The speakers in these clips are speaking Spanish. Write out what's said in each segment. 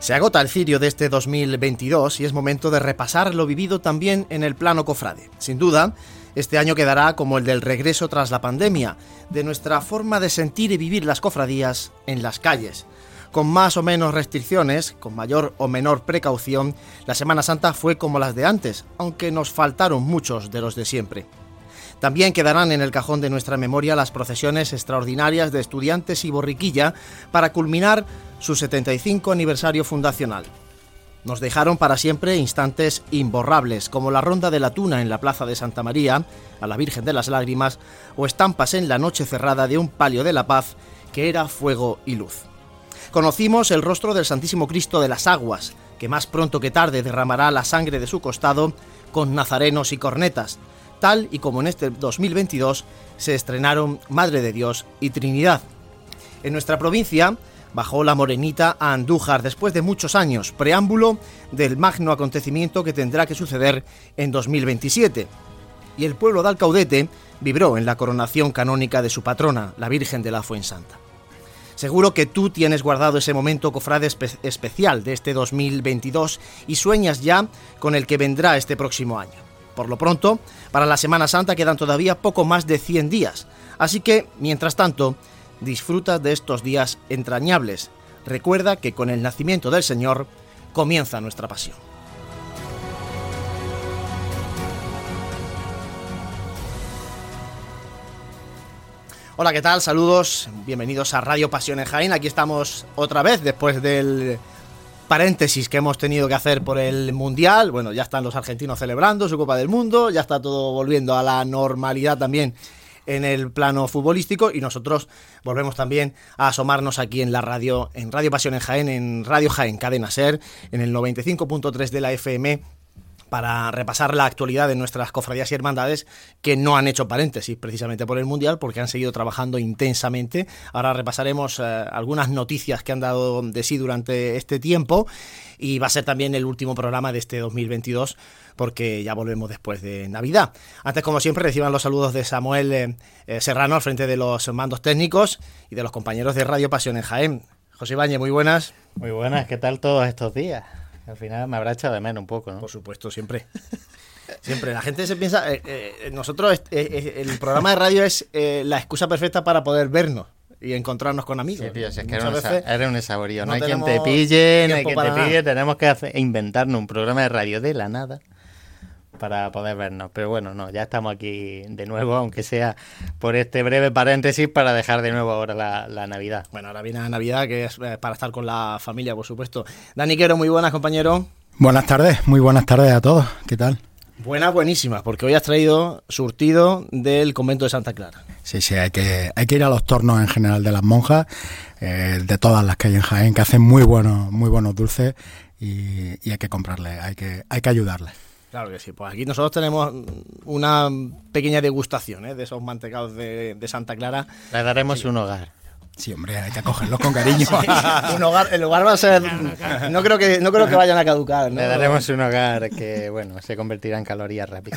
Se agota el cirio de este 2022 y es momento de repasar lo vivido también en el plano cofrade. Sin duda, este año quedará como el del regreso tras la pandemia, de nuestra forma de sentir y vivir las cofradías en las calles. Con más o menos restricciones, con mayor o menor precaución, la Semana Santa fue como las de antes, aunque nos faltaron muchos de los de siempre. También quedarán en el cajón de nuestra memoria las procesiones extraordinarias de Estudiantes y Borriquilla para culminar su 75 aniversario fundacional. Nos dejaron para siempre instantes imborrables, como la Ronda de la Tuna en la Plaza de Santa María, a la Virgen de las Lágrimas, o estampas en la noche cerrada de un palio de la Paz que era fuego y luz. Conocimos el rostro del Santísimo Cristo de las Aguas, que más pronto que tarde derramará la sangre de su costado con nazarenos y cornetas, tal y como en este 2022 se estrenaron Madre de Dios y Trinidad. En nuestra provincia bajó la Morenita a Andújar después de muchos años, preámbulo del magno acontecimiento que tendrá que suceder en 2027. Y el pueblo de Alcaudete vibró en la coronación canónica de su patrona, la Virgen de la Fuensanta. Seguro que tú tienes guardado ese momento cofrade especial de este 2022 y sueñas ya con el que vendrá este próximo año. Por lo pronto, para la Semana Santa quedan todavía poco más de 100 días, así que, mientras tanto, disfruta de estos días entrañables. Recuerda que con el nacimiento del Señor comienza nuestra pasión. Hola, ¿qué tal? Saludos, bienvenidos a Radio Pasión en Jaén. Aquí estamos otra vez después del paréntesis que hemos tenido que hacer por el Mundial. Bueno, ya están los argentinos celebrando su Copa del Mundo, ya está todo volviendo a la normalidad también en el plano futbolístico y nosotros volvemos también a asomarnos aquí en la radio, en Radio Pasión en Jaén, en Radio Jaén Cadena Ser, en el 95.3 de la FM, para repasar la actualidad de nuestras cofradías y hermandades que no han hecho paréntesis precisamente por el Mundial, porque han seguido trabajando intensamente. Ahora repasaremos algunas noticias que han dado de sí durante este tiempo y va a ser también el último programa de este 2022 porque ya volvemos después de Navidad. Antes, como siempre, reciban los saludos de Samuel Serrano al frente de los mandos técnicos y de los compañeros de Radio Pasión en Jaén. José Ibáñez, muy buenas. Muy buenas, ¿qué tal todos estos días? Al final me habrá echado de menos un poco, ¿no? Por supuesto, siempre. Siempre. La gente se piensa... nosotros, el programa de radio es la excusa perfecta para poder vernos y encontrarnos con amigos. Sí, tío, si es que eres un saborío. No hay quien te pille, tenemos que inventarnos un programa de radio de la nada para poder vernos. Pero bueno, no, ya estamos aquí de nuevo, aunque sea por este breve paréntesis para dejar de nuevo ahora la Navidad. Bueno, ahora viene la Navidad, que es para estar con la familia, por supuesto. Dani Quero, muy buenas, compañero. Buenas tardes, muy buenas tardes a todos. ¿Qué tal? Buenas, buenísimas, porque hoy has traído surtido del convento de Santa Clara. Sí, hay que ir a los tornos en general de las monjas, de todas las que hay en Jaén, que hacen muy buenos dulces y hay que comprarles, hay que ayudarles. Claro que sí, pues aquí nosotros tenemos una pequeña degustación de esos mantecados de Santa Clara. Le daremos un hogar. Sí, hombre, hay que acogerlos con cariño. El hogar va a ser... No creo que vayan a caducar, ¿no? Le daremos un hogar que, bueno, se convertirá en calorías rápido.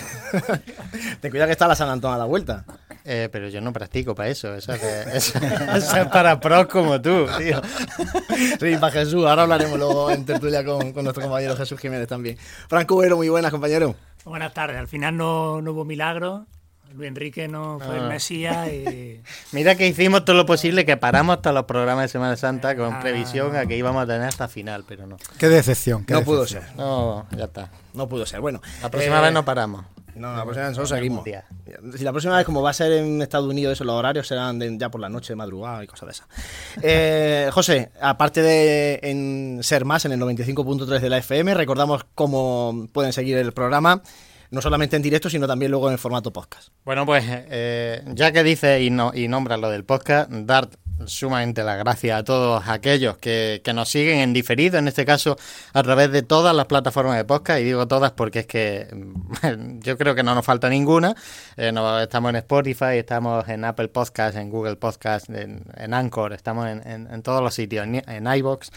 Ten cuidado que está la San Antón a la vuelta. Pero yo no practico para eso. Eso es para pros como tú, tío. Sí, para Jesús. Ahora hablaremos luego en tertulia con nuestro compañero Jesús Jiménez también. Franco Cubero, muy buenas, compañero. Buenas tardes. Al final no hubo milagro. Luis Enrique no fue el Mesías y... Mira que hicimos todo lo posible, que paramos todos los programas de Semana Santa con previsión a que íbamos a tener hasta final, pero no. Qué decepción. No pudo ser. No, ya está. No pudo ser. Bueno, la próxima vez no paramos. No, la próxima vez nosotros seguimos. Si la próxima vez, como va a ser en Estados Unidos, eso, los horarios serán ya por la noche, de madrugada y cosas de esas. José, aparte de en Ser Más, en el 95.3 de la FM, recordamos cómo pueden seguir el programa, no solamente en directo, sino también luego en el formato podcast. Bueno, pues ya que dices y nombras lo del podcast, dar sumamente las gracias a todos aquellos que nos siguen en diferido, en este caso a través de todas las plataformas de podcast, y digo todas porque es que yo creo que no nos falta ninguna. Estamos en Spotify, estamos en Apple Podcast, en Google Podcast, en Anchor, estamos en todos los sitios, en iVoox.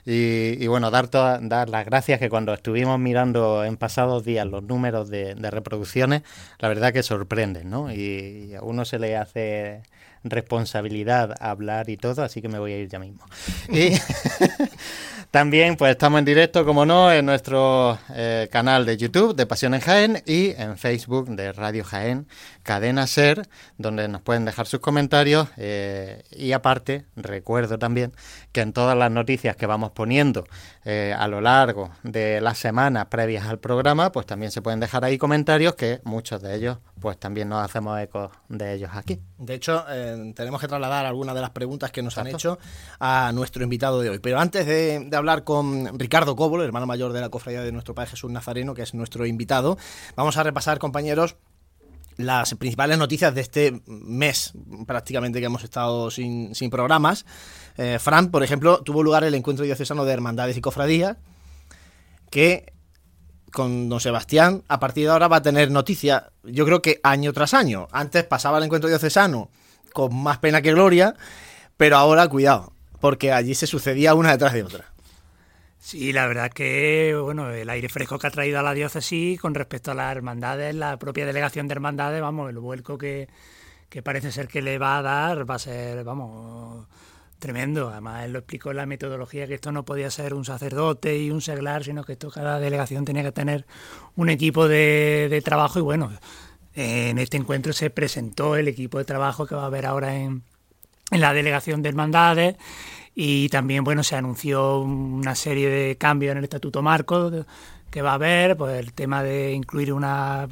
Y bueno, dar las gracias, que cuando estuvimos mirando en pasados días los números de reproducciones, la verdad que sorprenden, ¿no? Y a uno se le hace responsabilidad hablar y todo, así que me voy a ir ya mismo. Y También pues estamos en directo, como no, en nuestro canal de YouTube de Pasión en Jaén y en Facebook de Radio Jaén, Cadena Ser, donde nos pueden dejar sus comentarios y aparte recuerdo también que en todas las noticias que vamos poniendo a lo largo de las semanas previas al programa, pues también se pueden dejar ahí comentarios que muchos de ellos pues también nos hacemos eco de ellos aquí. De hecho, tenemos que trasladar algunas de las preguntas que nos han hecho a nuestro invitado de hoy. Pero antes de hablar con Ricardo Cobo, el hermano mayor de la Cofradía de Nuestro Padre Jesús Nazareno, que es nuestro invitado, vamos a repasar, compañeros, las principales noticias de este mes prácticamente que hemos estado sin programas. Fran, por ejemplo, tuvo lugar el encuentro diocesano de hermandades y cofradías, que con don Sebastián a partir de ahora va a tener noticias, yo creo que año tras año. Antes pasaba el encuentro diocesano con más pena que gloria, pero ahora cuidado, porque allí se sucedía una detrás de otra. Sí, la verdad que bueno, el aire fresco que ha traído a la diócesis con respecto a las hermandades, la propia delegación de hermandades, vamos, el vuelco que parece ser que le va a dar va a ser, vamos, tremendo. Además, él lo explicó en la metodología, que esto no podía ser un sacerdote y un seglar, sino que esto cada delegación tenía que tener un equipo de trabajo. Y bueno, en este encuentro se presentó el equipo de trabajo que va a haber ahora en la delegación de hermandades. Y también, bueno, se anunció una serie de cambios en el Estatuto Marco que va a haber, pues el tema de incluir una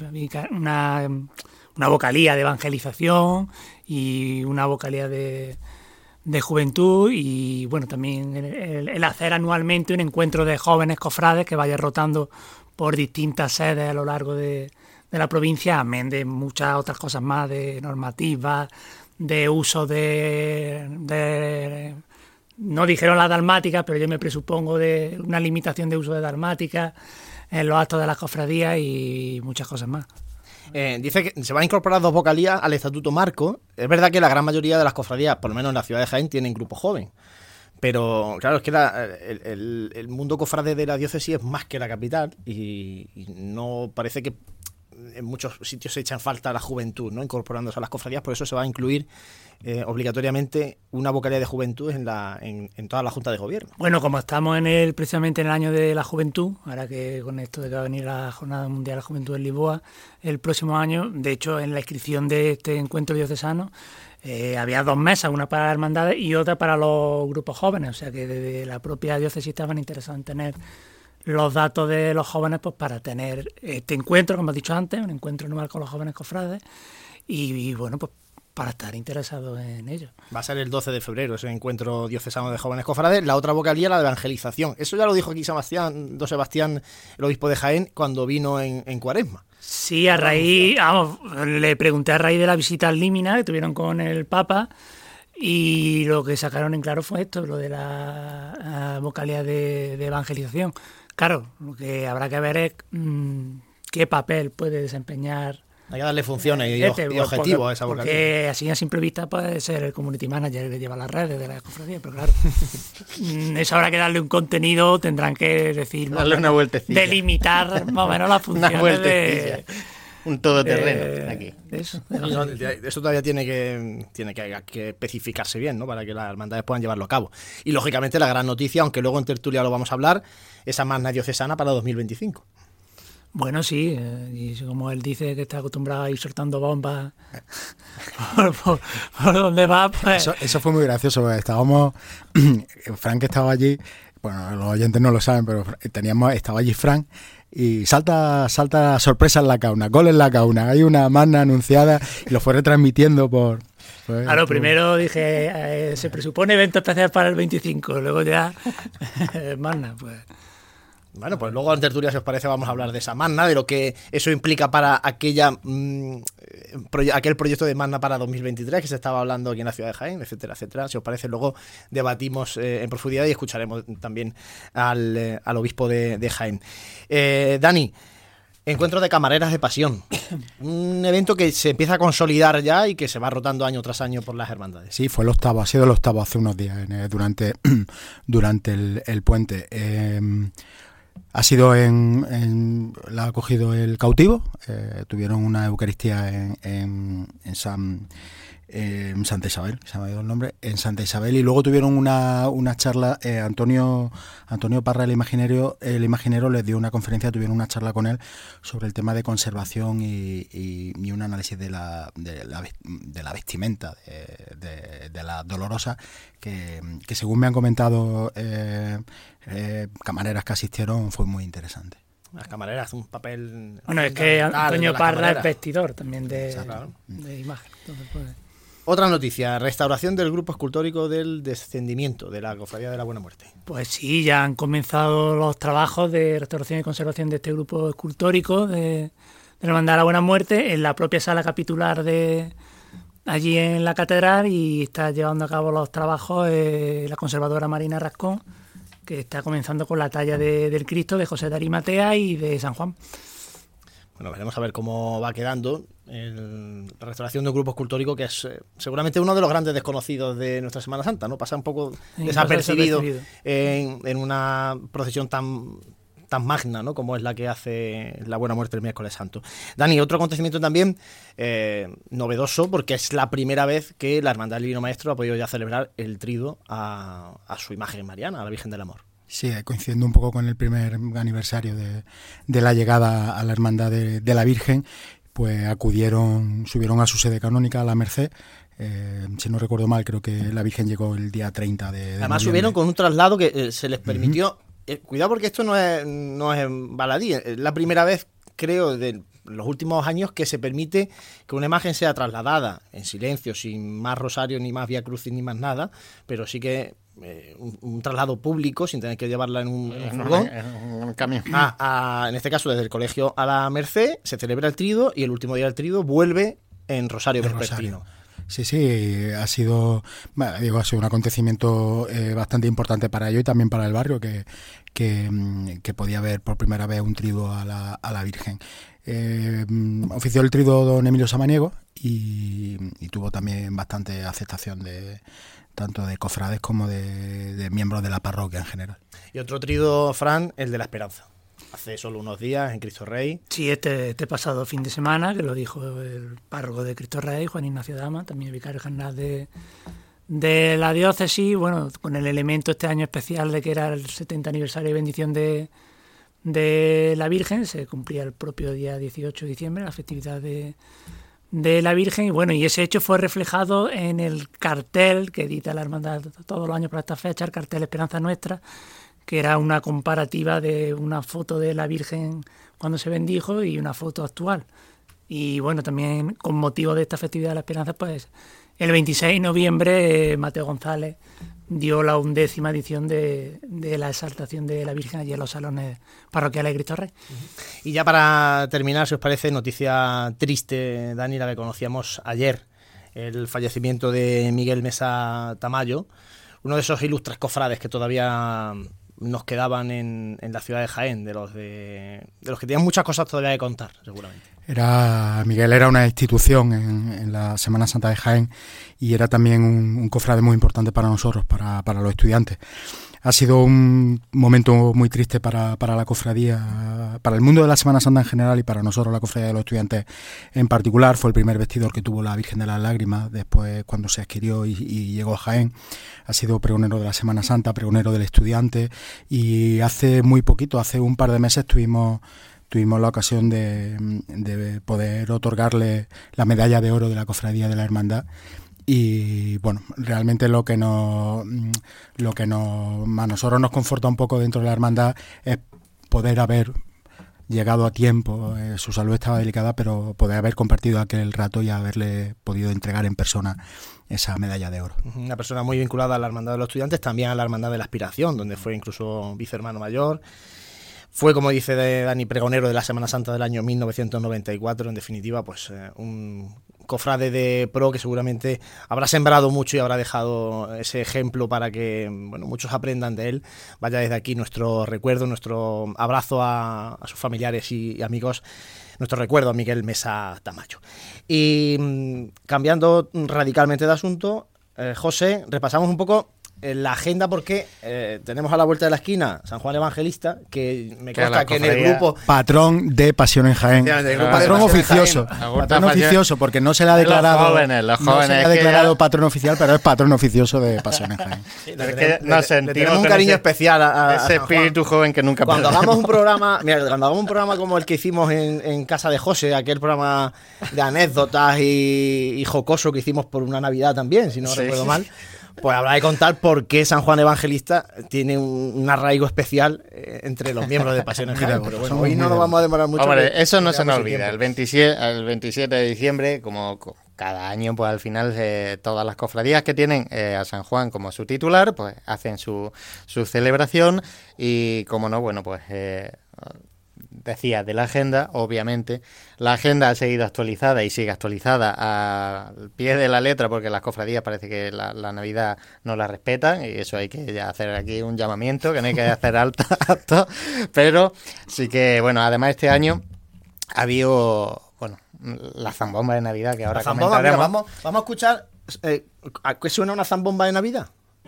vocalía de evangelización y una vocalía de juventud, y bueno, también el hacer anualmente un encuentro de jóvenes cofrades que vaya rotando por distintas sedes a lo largo de la provincia, amén de muchas otras cosas más, de normativas, de uso de no dijeron la dalmática, pero yo me presupongo de una limitación de uso de dalmática en los actos de las cofradías y muchas cosas más. Dice que se van a incorporar 2 vocalías al Estatuto Marco. Es verdad que la gran mayoría de las cofradías, por lo menos en la ciudad de Jaén, tienen grupo joven. Pero claro, es que el mundo cofrade de la diócesis es más que la capital y no parece que en muchos sitios se echa en falta la juventud, ¿no?, incorporándose a las cofradías. Por eso se va a incluir obligatoriamente una vocalía de juventud en toda la Junta de Gobierno. Bueno, como estamos precisamente en el año de la juventud, ahora que con esto de que va a venir la Jornada Mundial de la Juventud en Lisboa el próximo año, de hecho en la inscripción de este encuentro diocesano había 2 mesas, una para las hermandades y otra para los grupos jóvenes, o sea que desde la propia diócesis estaban interesados en tener los datos de los jóvenes, pues para tener este encuentro, como he dicho antes, un encuentro anual con los jóvenes cofrades y bueno, pues para estar interesados en ello. Va a ser el 12 de febrero ese encuentro diocesano de jóvenes cofrades. La otra vocalía, la de evangelización. Eso ya lo dijo aquí don Sebastián, el obispo de Jaén, cuando vino en Cuaresma. Sí, a raíz, le pregunté a raíz de la visita al Límina que tuvieron con el Papa, y lo que sacaron en claro fue esto, lo de la vocalía de evangelización. Claro, lo que habrá que ver es qué papel puede desempeñar. Hay que darle funciones y objetivos a esa vocalía. Porque así a simple vista puede ser el community manager que lleva las redes de la cofradía, pero claro, eso habrá que darle un contenido, tendrán que decir, darle una vueltecilla, delimitar más o menos las funciones de un todoterreno aquí. Eso todavía tiene que especificarse bien, ¿no?, para que las hermandades puedan llevarlo a cabo. Y lógicamente la gran noticia, aunque luego en tertulia lo vamos a hablar, esa magna diocesana para 2025. Bueno, sí, y como él dice que está acostumbrado a ir soltando bombas por donde va, pues... Eso fue muy gracioso, estábamos... Frank estaba allí, bueno, los oyentes no lo saben, pero estaba allí Frank, y salta sorpresa en la cauna, gol en la cauna, hay una magna anunciada, y lo fue retransmitiendo por... Claro, primero dije, se presupone evento especial para el 25, luego ya, magna, pues... Bueno, pues luego en tertulia, si os parece, vamos a hablar de esa magna, de lo que eso implica para aquel proyecto de magna para 2023 que se estaba hablando aquí en la ciudad de Jaén, etcétera, etcétera. Si os parece, luego debatimos en profundidad y escucharemos también al obispo de Jaén. Dani, encuentro de camareras de pasión, un evento que se empieza a consolidar ya y que se va rotando año tras año por las hermandades. Sí, ha sido el octavo hace unos días, durante el puente. Ha sido la ha cogido el cautivo, tuvieron una Eucaristía en en Santa Isabel, se me ha ido el nombre, en Santa Isabel, y luego tuvieron una charla, Antonio Parra, el imaginero, les dio una conferencia, tuvieron una charla con él sobre el tema de conservación y un análisis de la vestimenta de la Dolorosa, que según me han comentado camareras que asistieron, fue muy interesante. Las camareras, un papel... Bueno, es que Antonio Parra es vestidor también de imagen. Entonces, pues... Otra noticia, restauración del grupo escultórico del Descendimiento, de la Cofradía de la Buena Muerte. Pues sí, ya han comenzado los trabajos de restauración y conservación de este grupo escultórico de la Hermandad de la Buena Muerte en la propia sala capitular de allí en la catedral, y está llevando a cabo los trabajos la conservadora Marina Rascón, que está comenzando con la talla del Cristo de José de Arimatea y de San Juan. Bueno, veremos a ver cómo va quedando la restauración de un grupo escultórico que es seguramente uno de los grandes desconocidos de nuestra Semana Santa, ¿no? Pasa un poco desapercibido en una procesión tan magna, ¿no?, como es la que hace la Buena Muerte el miércoles santo. Dani, otro acontecimiento también novedoso, porque es la primera vez que la Hermandad del Divino Maestro ha podido ya celebrar el trido a su imagen mariana, a la Virgen del Amor. Sí, coincidiendo un poco con el primer aniversario de la llegada a la Hermandad de la Virgen, pues subieron a su sede canónica, a la Merced. Si no recuerdo mal, creo que la Virgen llegó el día 30 de Además noviembre. Subieron con un traslado que se les permitió... cuidado, porque esto no es baladí, es la primera vez, creo, de los últimos años que se permite que una imagen sea trasladada en silencio, sin más rosario, ni más vía crucis, ni más nada, pero sí que un traslado público, sin tener que llevarla en un furgón, en un camión. En este caso desde el colegio a la Merced, se celebra el trido y el último día del trido vuelve en Rosario Vespertino. Sí, ha sido un acontecimiento bastante importante para ellos y también para el barrio, que podía ver por primera vez un trido a la Virgen. Ofició el trido don Emilio Samaniego y tuvo también bastante aceptación tanto de cofrades como de miembros de la parroquia en general. Y otro trido, Fran, el de la Esperanza. Hace solo unos días en Cristo Rey. Sí, este pasado fin de semana, que lo dijo el párroco de Cristo Rey, Juan Ignacio Dama, también el vicario general de la diócesis, bueno, con el elemento este año especial de que era el 70 aniversario de bendición de la Virgen. Se cumplía el propio día 18 de diciembre, la festividad de la Virgen, y bueno, y ese hecho fue reflejado en el cartel que edita la Hermandad todos los años para esta fecha, el cartel Esperanza Nuestra, que era una comparativa de una foto de la Virgen cuando se bendijo y una foto actual. Y bueno, también con motivo de esta festividad de la Esperanza, pues el 26 de noviembre Mateo González dio la 11ª edición de la exaltación de la Virgen allí en los salones parroquiales de Cristo Rey. Y ya para terminar, si os parece, noticia triste, Dani, la que conocíamos ayer, el fallecimiento de Miguel Mesa Tamayo, uno de esos ilustres cofrades que todavía nos quedaban en la ciudad de Jaén, de los que tenían muchas cosas todavía que contar, seguramente. Miguel era una institución en la Semana Santa de Jaén y era también un cofrade muy importante para nosotros, para los estudiantes. Ha sido un momento muy triste para la cofradía, para el mundo de la Semana Santa en general y para nosotros, la cofradía de los estudiantes en particular. Fue el primer vestidor que tuvo la Virgen de las Lágrimas después, cuando se adquirió y llegó a Jaén. Ha sido pregonero de la Semana Santa, pregonero del estudiante, y hace muy poquito, hace un par de meses, tuvimos la ocasión de poder otorgarle la medalla de oro de la Cofradía de la Hermandad. Y bueno, realmente lo que a nosotros nos conforta un poco dentro de la hermandad es poder haber llegado a tiempo. Su salud estaba delicada, pero poder haber compartido aquel rato y haberle podido entregar en persona esa medalla de oro. Una persona muy vinculada a la Hermandad de los Estudiantes, también a la Hermandad de la Aspiración, donde fue incluso vicehermano mayor. Fue, como dice Dani, pregonero de la Semana Santa del año 1994. En definitiva, pues un cofrade de pro que seguramente habrá sembrado mucho y habrá dejado ese ejemplo para que muchos aprendan de él. Vaya desde aquí nuestro recuerdo, nuestro abrazo a sus familiares y amigos, nuestro recuerdo a Miguel Mesa Tamayo. Y cambiando radicalmente de asunto, José, repasamos un poco en la agenda, porque tenemos a la vuelta de la esquina San Juan Evangelista, que me consta que en el grupo... Patrón de Pasión en Jaén. Patrón oficioso. Patrón oficioso, porque no se le ha declarado... Los jóvenes. No se le ha declarado patrón oficial, pero es patrón oficioso de Pasión en Jaén. Sí, es que nos sentimos tenemos un cariño especial a ese espíritu joven que nunca cuando perdemos. hagamos un programa, mira, cuando hagamos un programa como el que hicimos en casa de José, aquel programa de anécdotas y jocoso que hicimos por una Navidad también, si no recuerdo mal, pues habrá de contar por qué San Juan Evangelista tiene un arraigo especial entre los miembros de Pasión en Jaén. Pero bueno, hoy no nos vamos a demorar mucho. Hombre, eso no se nos olvida. El 27 de diciembre, como cada año, pues al final todas las cofradías que tienen a San Juan como su titular, pues hacen su celebración y, como no, bueno, pues... decía de la agenda, obviamente la agenda ha seguido actualizada y sigue actualizada al pie de la letra, porque las cofradías parece que la Navidad no la respetan, y eso hay que ya hacer aquí un llamamiento, que no hay que hacer alto, pero sí que, bueno, además este año ha habido, bueno, la zambomba de Navidad, que ahora comentaremos. Mira, vamos a escuchar, ¿a qué suena una zambomba de Navidad?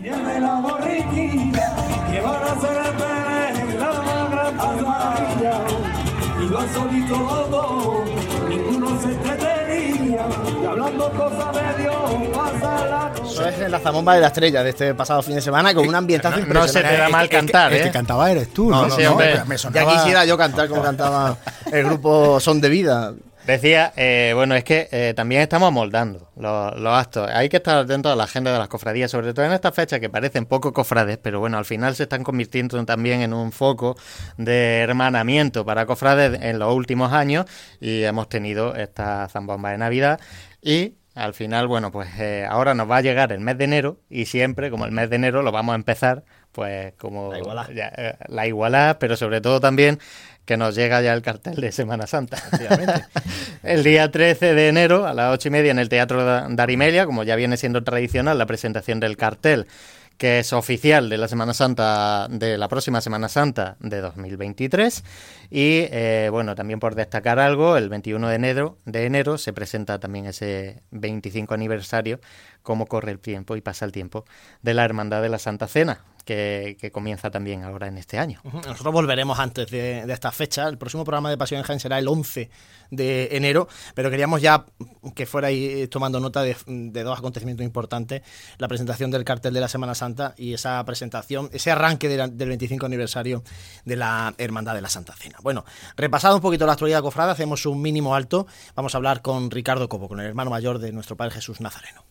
Solito los dos, ninguno se entretenía, y hablando cosas de Dios, pasa la Eso es la zambomba de la estrella de este pasado fin de semana, con un ambientazo impresionante. No se te da mal cantar, El que cantaba eres tú, ¿no? Sí, hombre. Me sonaba... Ya quisiera yo cantar como cantaba el grupo Son de Vida. Decía, bueno, es que también estamos amoldando los actos. Hay que estar atentos a la agenda de las cofradías, sobre todo en estas fechas que parecen poco cofrades, pero bueno, al final se están convirtiendo también en un foco de hermanamiento para cofrades en los últimos años, y hemos tenido esta zambomba de Navidad y... Al final, bueno, pues ahora nos va a llegar el mes de enero, y siempre, como el mes de enero, lo vamos a empezar, pues como la igualada, pero sobre todo también que nos llega ya el cartel de Semana Santa. El día 13 de enero, a las 8:30, en el Teatro de Arimelia, como ya viene siendo tradicional, la presentación del cartel, que es oficial de la Semana Santa, de la próxima Semana Santa de 2023. Y bueno, también por destacar algo, el 21 de enero se presenta también ese 25 aniversario, cómo corre el tiempo y pasa el tiempo, de la Hermandad de la Santa Cena, que comienza también ahora en este año. Nosotros volveremos antes de esta fecha. El próximo programa de Pasión en Jaén será el 11 de enero, pero queríamos ya que fuerais tomando nota de dos acontecimientos importantes: la presentación del cartel de la Semana Santa y esa presentación, ese arranque del 25 aniversario de la Hermandad de la Santa Cena. Bueno, repasado un poquito la actualidad cofrada, hacemos un mínimo alto. Vamos a hablar con Ricardo Cobo, con el hermano mayor de nuestro Padre Jesús Nazareno.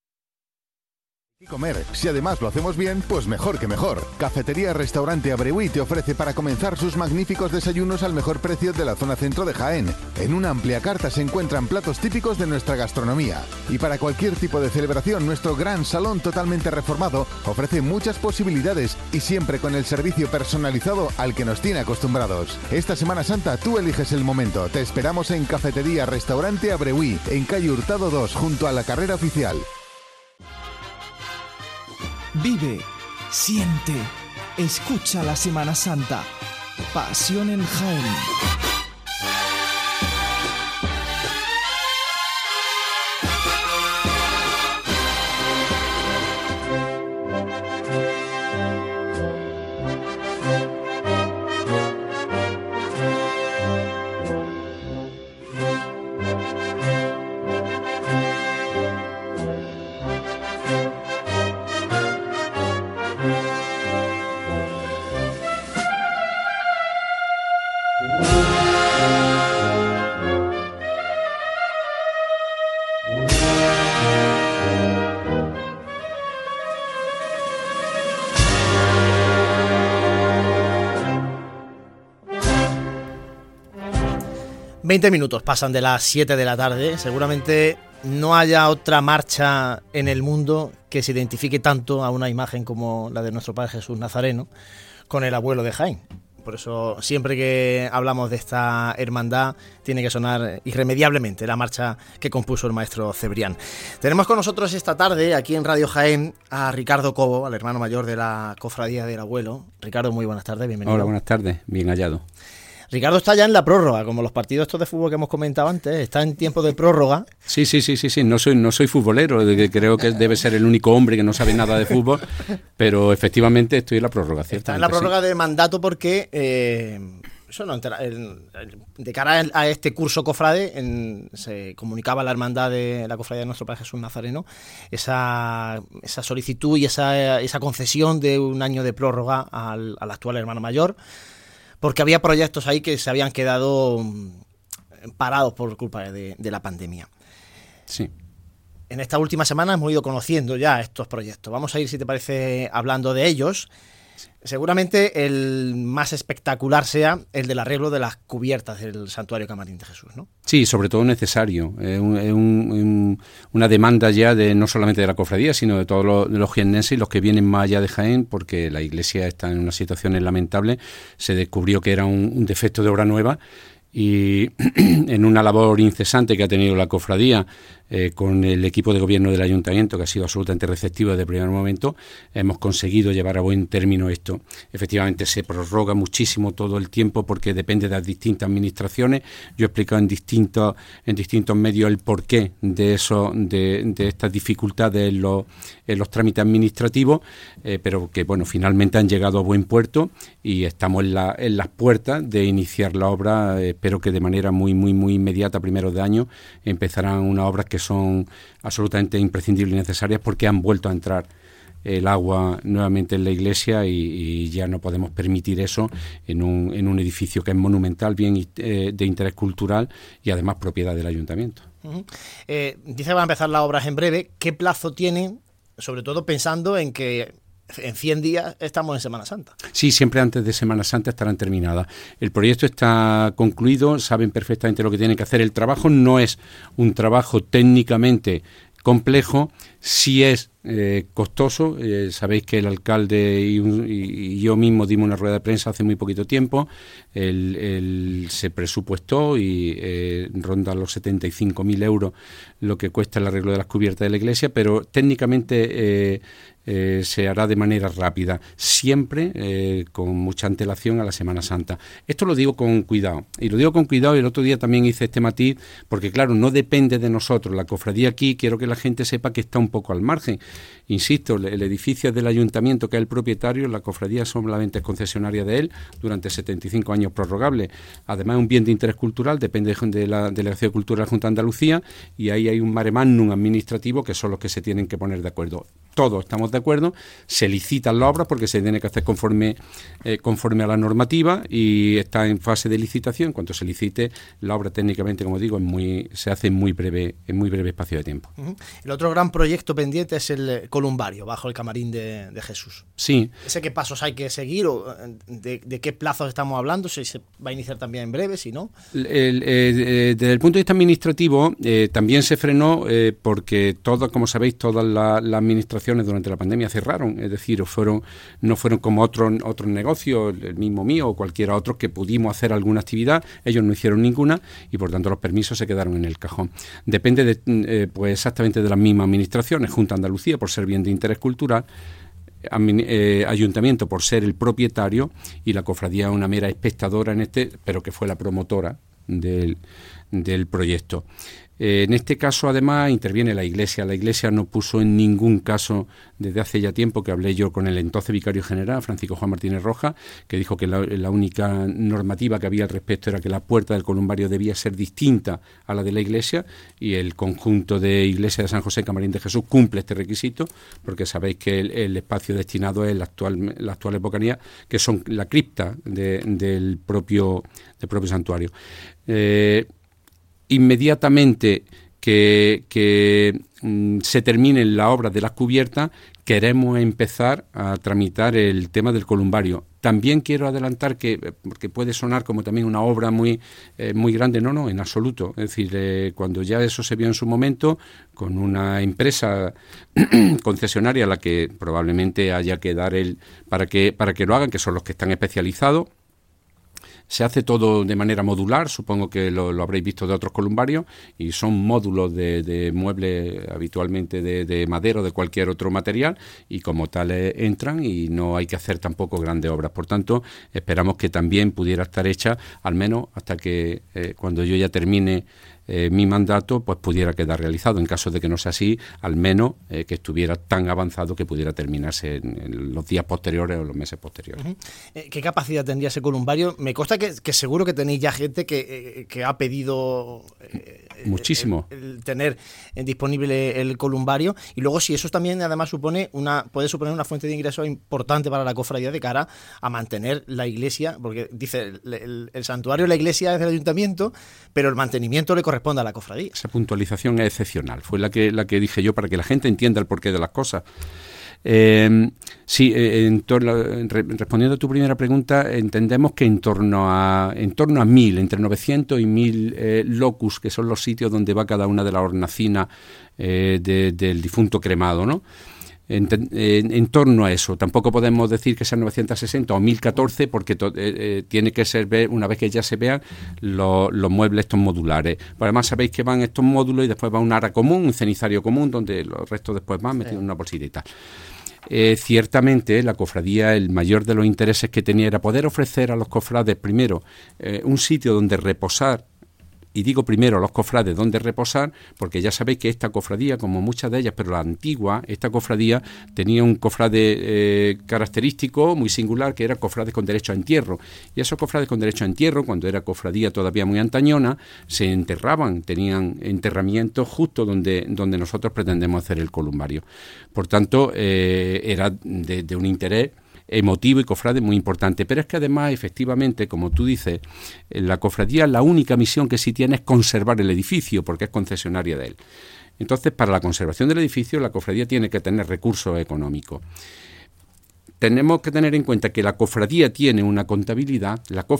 Y comer, si además lo hacemos bien, pues mejor que mejor. Cafetería Restaurante Abreuí te ofrece para comenzar sus magníficos desayunos al mejor precio de la zona centro de Jaén. En una amplia carta se encuentran platos típicos de nuestra gastronomía. Y para cualquier tipo de celebración, nuestro gran salón totalmente reformado ofrece muchas posibilidades, y siempre con el servicio personalizado al que nos tiene acostumbrados. Esta Semana Santa tú eliges el momento. Te esperamos en Cafetería Restaurante Abreuí, en calle Hurtado 2, junto a la carrera oficial. Vive, siente, escucha la Semana Santa. Pasión en Jaén. ...20 minutos pasan de las 7 de la tarde. Seguramente no haya otra marcha en el mundo que se identifique tanto a una imagen como la de nuestro Padre Jesús Nazareno con el abuelo de Jaén. Por eso siempre que hablamos de esta hermandad tiene que sonar irremediablemente la marcha que compuso el maestro Cebrián. Tenemos con nosotros esta tarde aquí en Radio Jaén a Ricardo Cobo, al hermano mayor de la Cofradía del Abuelo. Ricardo, muy buenas tardes, bienvenido. Hola, buenas tardes, bien hallado. Ricardo está ya en la prórroga, como los partidos estos de fútbol que hemos comentado antes, está en tiempo de prórroga. Sí, no soy futbolero, creo que debe ser el único hombre que no sabe nada de fútbol, pero efectivamente estoy en la prórroga. Está en la prórroga de mandato porque de cara a este curso cofrade se comunicaba la hermandad de la cofradía de Nuestro Padre Jesús Nazareno esa solicitud y esa concesión de un año de prórroga al actual hermano mayor, porque había proyectos ahí que se habían quedado parados por culpa de la pandemia. Sí. En esta última semana hemos ido conociendo ya estos proyectos. Vamos a ir, si te parece, hablando de ellos. Seguramente el más espectacular sea el del arreglo de las cubiertas del Santuario Camarín de Jesús, ¿no? Sí, sobre todo necesario. Es una demanda ya no solamente de la cofradía, sino de todos los jiennenses y los que vienen más allá de Jaén, porque la iglesia está en una situación lamentable. Se descubrió que era un defecto de obra nueva y en una labor incesante que ha tenido la cofradía con el equipo de gobierno del ayuntamiento, que ha sido absolutamente receptivo desde el primer momento, hemos conseguido llevar a buen término esto. Efectivamente se prorroga muchísimo todo el tiempo porque depende de las distintas administraciones. Yo he explicado en distintos medios el porqué de eso, de estas dificultades en los trámites administrativos, pero que bueno, finalmente han llegado a buen puerto y estamos en las puertas de iniciar la obra. Espero que de manera muy inmediata, primeros de año, empezarán unas obras que son absolutamente imprescindibles y necesarias porque han vuelto a entrar el agua nuevamente en la iglesia y ya no podemos permitir eso en un edificio que es monumental, bien de interés cultural y además propiedad del ayuntamiento. Uh-huh. Dice que van a empezar las obras en breve. ¿Qué plazo tienen? Sobre todo pensando en que en 100 días estamos en Semana Santa. Sí, siempre antes de Semana Santa estarán terminadas. El proyecto está concluido, saben perfectamente lo que tienen que hacer. El trabajo no es un trabajo técnicamente complejo, sí es costoso. Sabéis que el alcalde y yo mismo dimos una rueda de prensa hace muy poquito tiempo. Se presupuestó y ronda los 75.000 euros lo que cuesta el arreglo de las cubiertas de la iglesia, pero técnicamente se hará de manera rápida, siempre con mucha antelación a la Semana Santa. Esto lo digo con cuidado, y el otro día también hice este matiz, porque claro, no depende de nosotros. La cofradía aquí, quiero que la gente sepa que está un poco al margen. Insisto, el edificio es del ayuntamiento, que es el propietario, la cofradía solamente es concesionaria de él durante 75 años prorrogables. Además, es un bien de interés cultural, depende de la Delegación de Cultura de la Junta de Andalucía, y ahí hay un mare magnum administrativo que son los que se tienen que poner de acuerdo. Todos estamos de acuerdo, se licitan las obras porque se tiene que hacer conforme a la normativa y está en fase de licitación. En cuanto se licite, la obra técnicamente, como digo, se hace en muy breve espacio de tiempo. Uh-huh. El otro gran proyecto pendiente es el columbario bajo el Camarín de Jesús. Sí. ¿Qué pasos hay que seguir o de qué plazos estamos hablando? Si se va a iniciar también en breve, si no. Desde el punto de vista administrativo también se frenó porque como sabéis, todas las administraciones durante la pandemia cerraron, es decir, no fueron como otros negocios, el mismo mío o cualquiera otro, que pudimos hacer alguna actividad. Ellos no hicieron ninguna y por tanto los permisos se quedaron en el cajón. Depende pues exactamente de las mismas administraciones. Junta de Andalucía, por ser bien de interés cultural, ayuntamiento por ser el propietario, y la cofradía una mera espectadora pero que fue la promotora del proyecto. En este caso, además, interviene la Iglesia. La Iglesia no puso en ningún caso, desde hace ya tiempo que hablé yo con el entonces vicario general, Francisco Juan Martínez Rojas, que dijo que la única normativa que había al respecto era que la puerta del columbario debía ser distinta a la de la Iglesia, y el conjunto de Iglesia de San José Camarín de Jesús cumple este requisito, porque sabéis que el espacio destinado es la actual epocanía, que son la cripta del propio santuario. Inmediatamente que se terminen las obras de las cubiertas, queremos empezar a tramitar el tema del columbario. También quiero adelantar porque puede sonar como también una obra muy grande, no, en absoluto. Es decir, cuando ya eso se vio en su momento, con una empresa concesionaria a la que probablemente haya que dar para que lo hagan, que son los que están especializados, Se hace todo de manera modular, supongo que lo habréis visto de otros columbarios, y son módulos de muebles habitualmente de madera o de cualquier otro material, y como tales entran y no hay que hacer tampoco grandes obras. Por tanto, esperamos que también pudiera estar hecha, al menos hasta que cuando yo ya termine mi mandato, pues pudiera quedar realizado. En caso de que no sea así, al menos que estuviera tan avanzado que pudiera terminarse en los días posteriores o los meses posteriores. Uh-huh. ¿Qué capacidad tendría ese columbario? Me consta que seguro que tenéis ya gente que ha pedido muchísimo el tener disponible el columbario, y luego si eso también además puede suponer una fuente de ingresos importante para la cofradía de cara a mantener la iglesia, porque dice el santuario, la iglesia es del ayuntamiento, pero el mantenimiento le corresponde a la cofradía. Esa puntualización es excepcional, fue la que dije yo para que la gente entienda el porqué de las cosas. Respondiendo a tu primera pregunta, entendemos que en torno a 1.000, entre 900 y 1.000 locus, que son los sitios donde va cada una de las hornacinas del difunto cremado, ¿no? En torno a eso. Tampoco podemos decir que sean 960 o 1014 porque tiene que ser, una vez que ya se vean los muebles estos modulares. Pero además sabéis que van estos módulos y después va un ara común, un cenizario común, donde los restos después van metidos en una bolsita y tal. Ciertamente la cofradía, el mayor de los intereses que tenía era poder ofrecer a los cofrades primero un sitio donde reposar. Y digo primero los cofrades donde reposar, porque ya sabéis que esta cofradía, como muchas de ellas, pero la antigua, esta cofradía tenía un cofrade característico, muy singular, que era cofrades con derecho a entierro. Y esos cofrades con derecho a entierro, cuando era cofradía todavía muy antañona, se enterraban, tenían enterramientos justo donde nosotros pretendemos hacer el columbario. Por tanto, era de un interés emotivo y cofrade muy importante, pero es que además, efectivamente, como tú dices, la cofradía, la única misión que sí tiene es conservar el edificio, porque es concesionaria de él. Entonces, para la conservación del edificio, la cofradía tiene que tener recursos económicos. Tenemos que tener en cuenta que la cofradía tiene una contabilidad,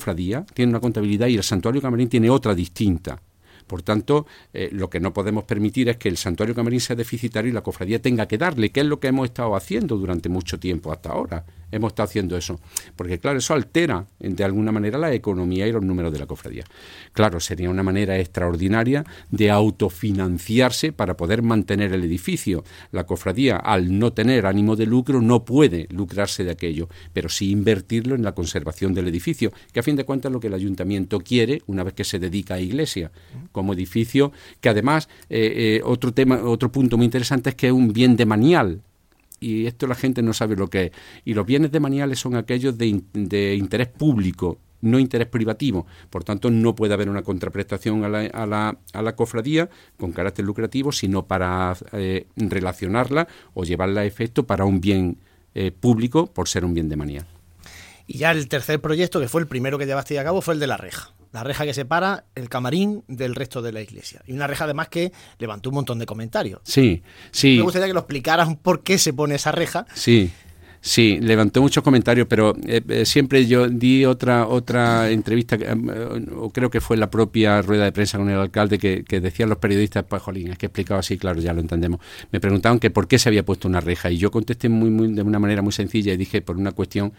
y el santuario Camarín tiene otra distinta. Por tanto, lo que no podemos permitir es que el santuario Camarín sea deficitario y la cofradía tenga que darle, que es lo que hemos estado haciendo durante mucho tiempo hasta ahora. Hemos estado haciendo eso, porque claro, eso altera de alguna manera la economía y los números de la cofradía. Claro, sería una manera extraordinaria de autofinanciarse para poder mantener el edificio. La cofradía, al no tener ánimo de lucro, no puede lucrarse de aquello, pero sí invertirlo en la conservación del edificio, que a fin de cuentas es lo que el ayuntamiento quiere una vez que se dedica a iglesia, como edificio, que además, otro punto muy interesante es que es un bien demanial. Y esto la gente no sabe lo que es. Y los bienes demaniales son aquellos de interés público, no interés privativo. Por tanto, no puede haber una contraprestación a la cofradía con carácter lucrativo, sino para relacionarla o llevarla a efecto para un bien público por ser un bien demanial. Y ya el tercer proyecto, que fue el primero que llevaste a cabo, fue el de la reja. La reja que separa el camarín del resto de la iglesia. Y una reja además que levantó un montón de comentarios. Sí. Me gustaría que lo explicaras por qué se pone esa reja. Sí, levantó muchos comentarios, pero siempre yo di otra entrevista, o creo que fue la propia rueda de prensa con el alcalde, que decían los periodistas, pues jolín, es que he explicado así, claro, ya lo entendemos. Me preguntaban que por qué se había puesto una reja, y yo contesté de una manera muy sencilla y dije por una cuestión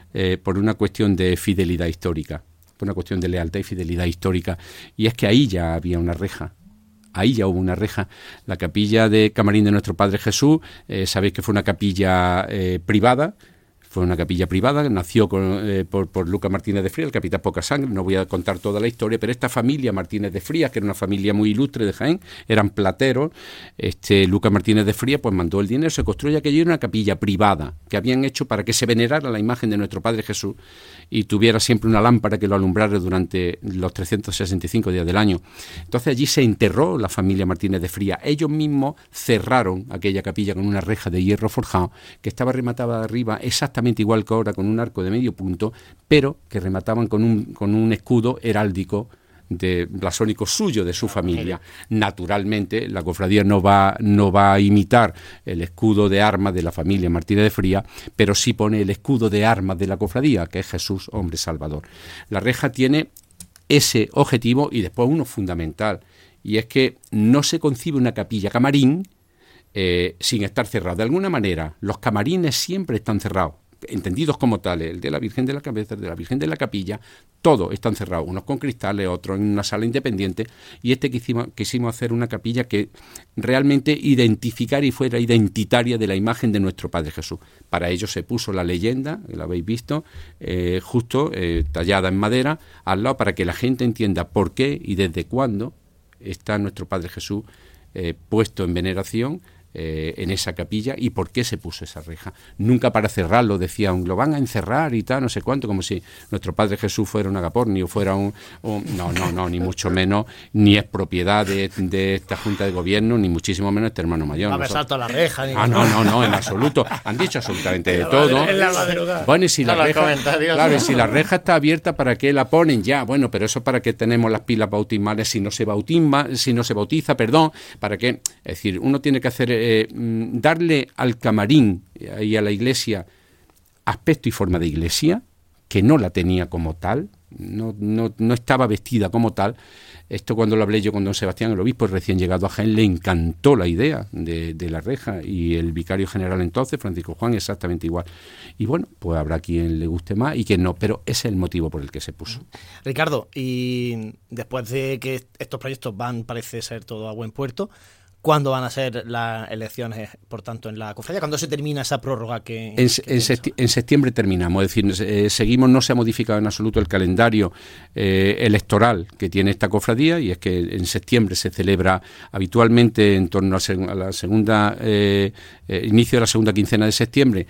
de fidelidad histórica. Por una cuestión de lealtad y fidelidad histórica, y es que ahí ya había una reja. Ahí ya hubo una reja. La capilla de Camarín de Nuestro Padre Jesús, sabéis que fue una capilla privada. Fue una capilla privada, nació por Lucas Martínez de Frías, el capitán Pocasangre. No voy a contar toda la historia, pero esta familia Martínez de Frías, que era una familia muy ilustre de Jaén, eran plateros. Lucas Martínez de Frías pues mandó el dinero, se construyó aquello, una capilla privada que habían hecho para que se venerara la imagen de Nuestro Padre Jesús y tuviera siempre una lámpara que lo alumbrara durante los 365 días del año. Entonces allí se enterró la familia Martínez de Frías. Ellos mismos cerraron aquella capilla con una reja de hierro forjado que estaba rematada de arriba exactamente igual que ahora, con un arco de medio punto, pero que remataban con un escudo heráldico blasónico suyo, de su familia. Naturalmente, la cofradía no va a imitar el escudo de armas de la familia Martínez de Frías, pero sí pone el escudo de armas de la cofradía, que es Jesús, hombre salvador. La reja tiene ese objetivo y después uno fundamental, y es que no se concibe una capilla camarín sin estar cerrada. De alguna manera, los camarines siempre están cerrados. entendidos como tales, el de la Virgen de la Cabeza, el de la Virgen de la Capilla, todos están cerrados, unos con cristales, otros en una sala independiente, y quisimos hacer una capilla que realmente identificara y fuera identitaria de la imagen de nuestro Padre Jesús. Para ello se puso la leyenda, que la habéis visto, justo tallada en madera, al lado, para que la gente entienda por qué y desde cuándo está nuestro Padre Jesús puesto en veneración en esa capilla, y por qué se puso esa reja. Nunca para cerrarlo decían, lo van a encerrar y tal, no sé cuánto, como si nuestro Padre Jesús fuera un agaporni o fuera no, ni mucho menos, ni es propiedad de esta Junta de Gobierno, ni muchísimo menos este hermano mayor. Va a besar toda la reja. No, en absoluto. Han dicho absolutamente de todo. Bueno, y si la reja está abierta, ¿para qué la ponen ya? Bueno, pero eso para qué tenemos las pilas bautismales si no se bautiza, ¿para qué? Es decir, uno tiene que hacer darle al camarín y a la iglesia aspecto y forma de iglesia, que no la tenía como tal, no estaba vestida como tal. Esto cuando lo hablé yo con don Sebastián, el obispo recién llegado a Jaén, le encantó la idea de la reja, y el vicario general entonces, Francisco Juan, exactamente igual. Y bueno, pues habrá quien le guste más y quien no, pero ese es el motivo por el que se puso. Ricardo, y después de que estos proyectos parece ser todo a buen puerto, ¿cuándo van a ser las elecciones, por tanto, en la cofradía? ¿Cuándo se termina esa prórroga en septiembre terminamos, es decir, seguimos, no se ha modificado en absoluto el calendario electoral que tiene esta cofradía, y es que en septiembre se celebra habitualmente en torno a la segunda inicio de la segunda quincena de septiembre,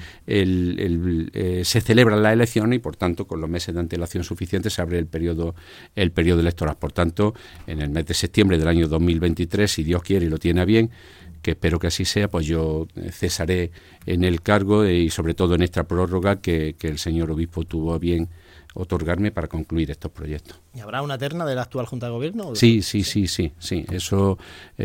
se celebran las elecciones, y por tanto con los meses de antelación suficientes se abre el periodo electoral. Por tanto, en el mes de septiembre del año 2023, si Dios quiere y lo tiene bien, que espero que así sea, pues yo cesaré en el cargo y sobre todo en esta prórroga que el señor obispo tuvo a bien otorgarme para concluir estos proyectos. ¿Y habrá una terna de la actual Junta de Gobierno? Sí, eso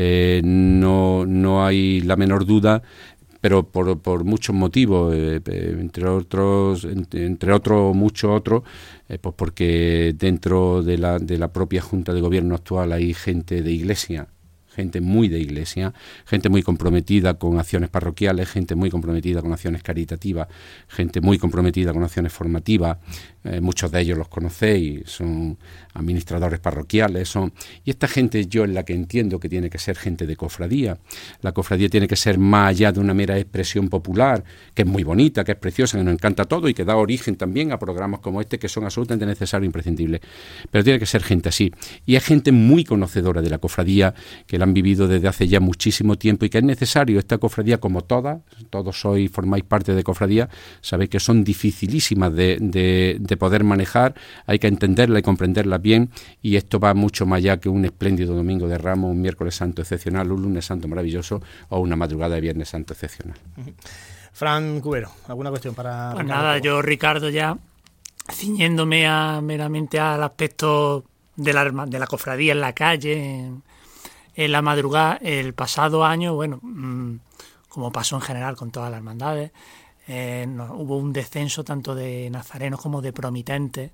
no hay la menor duda, pero por muchos motivos, entre otros muchos otros, pues porque dentro de la propia Junta de Gobierno actual hay gente de Iglesia, gente muy de Iglesia, gente muy comprometida con acciones parroquiales, gente muy comprometida con acciones caritativas, gente muy comprometida con acciones formativas. Muchos de ellos los conocéis, son administradores parroquiales, y esta gente yo es la que entiendo que tiene que ser gente de cofradía. La cofradía tiene que ser más allá de una mera expresión popular, que es muy bonita, que es preciosa, que nos encanta todo y que da origen también a programas como este que son absolutamente necesarios e imprescindibles, pero tiene que ser gente así, y es gente muy conocedora de la cofradía, que la han vivido desde hace ya muchísimo tiempo, y que es necesario. Esta cofradía, como todos formáis parte de cofradía, sabéis que son dificilísimas de poder manejar, hay que entenderla y comprenderla bien, y esto va mucho más allá que un espléndido domingo de Ramos, un miércoles santo excepcional, un lunes santo maravilloso o una madrugada de viernes santo excepcional. Fran Cubero, ¿alguna cuestión para...? Pues nada, yo, Ricardo, ya ciñéndome meramente al aspecto de la cofradía en la calle, en la madrugada, el pasado año, bueno, como pasó en general con todas las hermandades, hubo un descenso tanto de nazarenos como de promitentes.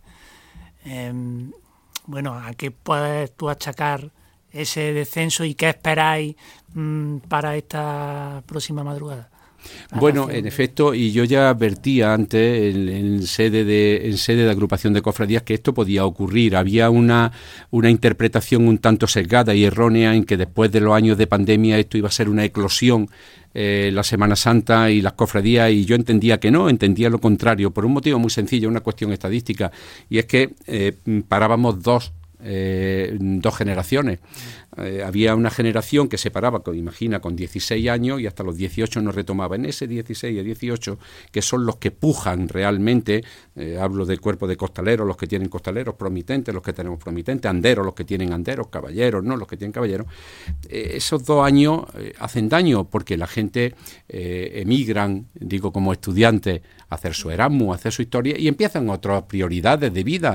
Bueno, ¿a qué puedes tú achacar ese descenso y qué esperáis para esta próxima madrugada? Bueno, en efecto, y yo ya advertía antes en sede de agrupación de cofradías que esto podía ocurrir. Había una interpretación un tanto sesgada y errónea en que después de los años de pandemia esto iba a ser una eclosión, la Semana Santa y las cofradías, y yo entendía que no, entendía lo contrario, por un motivo muy sencillo, una cuestión estadística, y es que parábamos dos generaciones. Había una generación que se paraba, imagina, con 16 años y hasta los 18 no retomaba. En ese 16 y 18, que son los que pujan realmente, hablo del cuerpo de costaleros, los que tienen costaleros, promitentes, los que tenemos promitentes, anderos, los que tienen anderos, caballeros, no los que tienen caballeros. Esos 2 años hacen daño porque la gente emigran, digo, como estudiantes, a hacer su Erasmus, a hacer su historia, y empiezan otras prioridades de vida.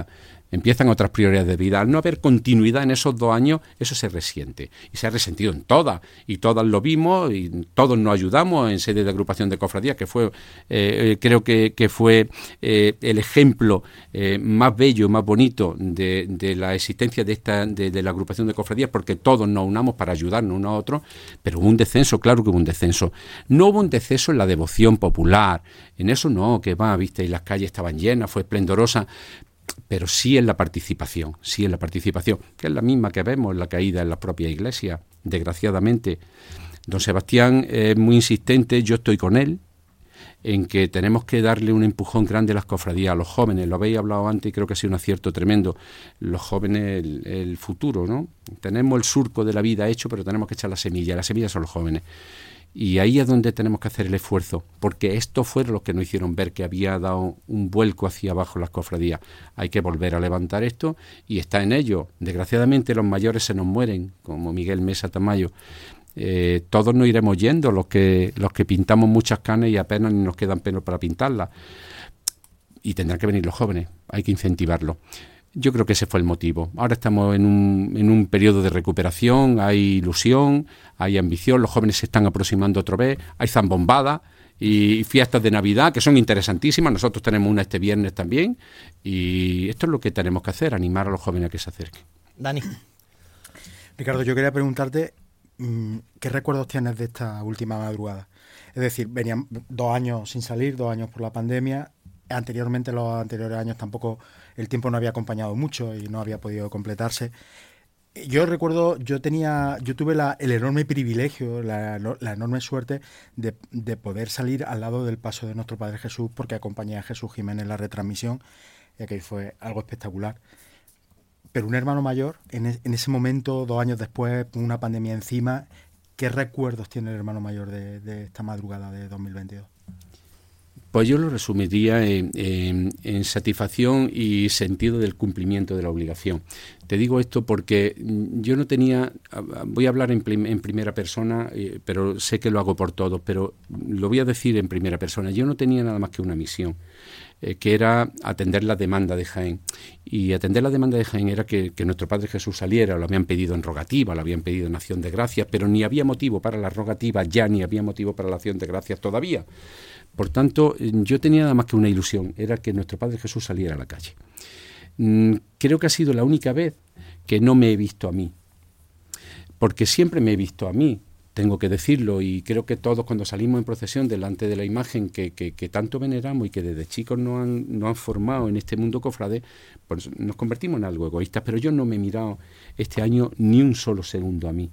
empiezan otras prioridades de vida. Al no haber continuidad en esos 2 años, eso se resiente. Y se ha resentido en todas. Y todas lo vimos y todos nos ayudamos en sede de agrupación de cofradías, que fue, creo que fue el ejemplo más bello, más bonito de la existencia de la agrupación de cofradías, porque todos nos unamos para ayudarnos unos a otros. Pero hubo un descenso, claro que hubo un descenso. No hubo un descenso en la devoción popular. En eso no, que va, viste, y las calles estaban llenas, fue esplendorosa. Pero sí en la participación, que es la misma que vemos en la caída en la propia iglesia, desgraciadamente. Don Sebastián es muy insistente, yo estoy con él, en que tenemos que darle un empujón grande a las cofradías, a los jóvenes. Lo habéis hablado antes y creo que ha sido un acierto tremendo. Los jóvenes, el futuro, ¿no? Tenemos el surco de la vida hecho, pero tenemos que echar la semilla. Las semillas son los jóvenes. Y ahí es donde tenemos que hacer el esfuerzo, porque estos fueron los que nos hicieron ver que había dado un vuelco hacia abajo las cofradías. Hay que volver a levantar esto y está en ello. Desgraciadamente los mayores se nos mueren, como Miguel Mesa Tamayo. Todos nos iremos yendo, los que pintamos muchas canas y apenas nos quedan pelos para pintarlas. Y tendrán que venir los jóvenes, hay que incentivarlos. Yo creo que ese fue el motivo. Ahora estamos en un periodo de recuperación, hay ilusión, hay ambición, los jóvenes se están aproximando otra vez, hay zambombadas y fiestas de Navidad que son interesantísimas. Nosotros tenemos una este viernes también y esto es lo que tenemos que hacer, animar a los jóvenes a que se acerquen. Dani. Ricardo, yo quería preguntarte ¿qué recuerdos tienes de esta última madrugada? Es decir, venían 2 años sin salir, 2 años por la pandemia. Anteriormente, los anteriores años tampoco el tiempo no había acompañado mucho y no había podido completarse. Yo recuerdo, yo tuve el enorme privilegio, la enorme suerte de poder salir al lado del paso de nuestro Padre Jesús, porque acompañé a Jesús Jiménez en la retransmisión, y que fue algo espectacular. Pero un hermano mayor, en ese momento, 2 años después, con una pandemia encima, ¿qué recuerdos tiene el hermano mayor de esta madrugada de 2022? Pues yo lo resumiría en satisfacción y sentido del cumplimiento de la obligación. Te digo esto porque yo no tenía, voy a hablar en primera persona, pero sé que lo hago por todos, pero lo voy a decir en primera persona. Yo no tenía nada más que una misión, que era atender la demanda de Jaén. Y atender la demanda de Jaén era que nuestro Padre Jesús saliera. Lo habían pedido en rogativa, lo habían pedido en acción de gracias, pero ni había motivo para la rogativa ya, ni había motivo para la acción de gracias todavía. Por tanto, yo tenía nada más que una ilusión, era que nuestro Padre Jesús saliera a la calle. Creo que ha sido la única vez que no me he visto a mí, porque siempre me he visto a mí, tengo que decirlo, y creo que todos cuando salimos en procesión delante de la imagen que tanto veneramos y que desde chicos nos han formado en este mundo cofrade, pues nos convertimos en algo egoístas, pero yo no me he mirado este año ni un solo segundo a mí.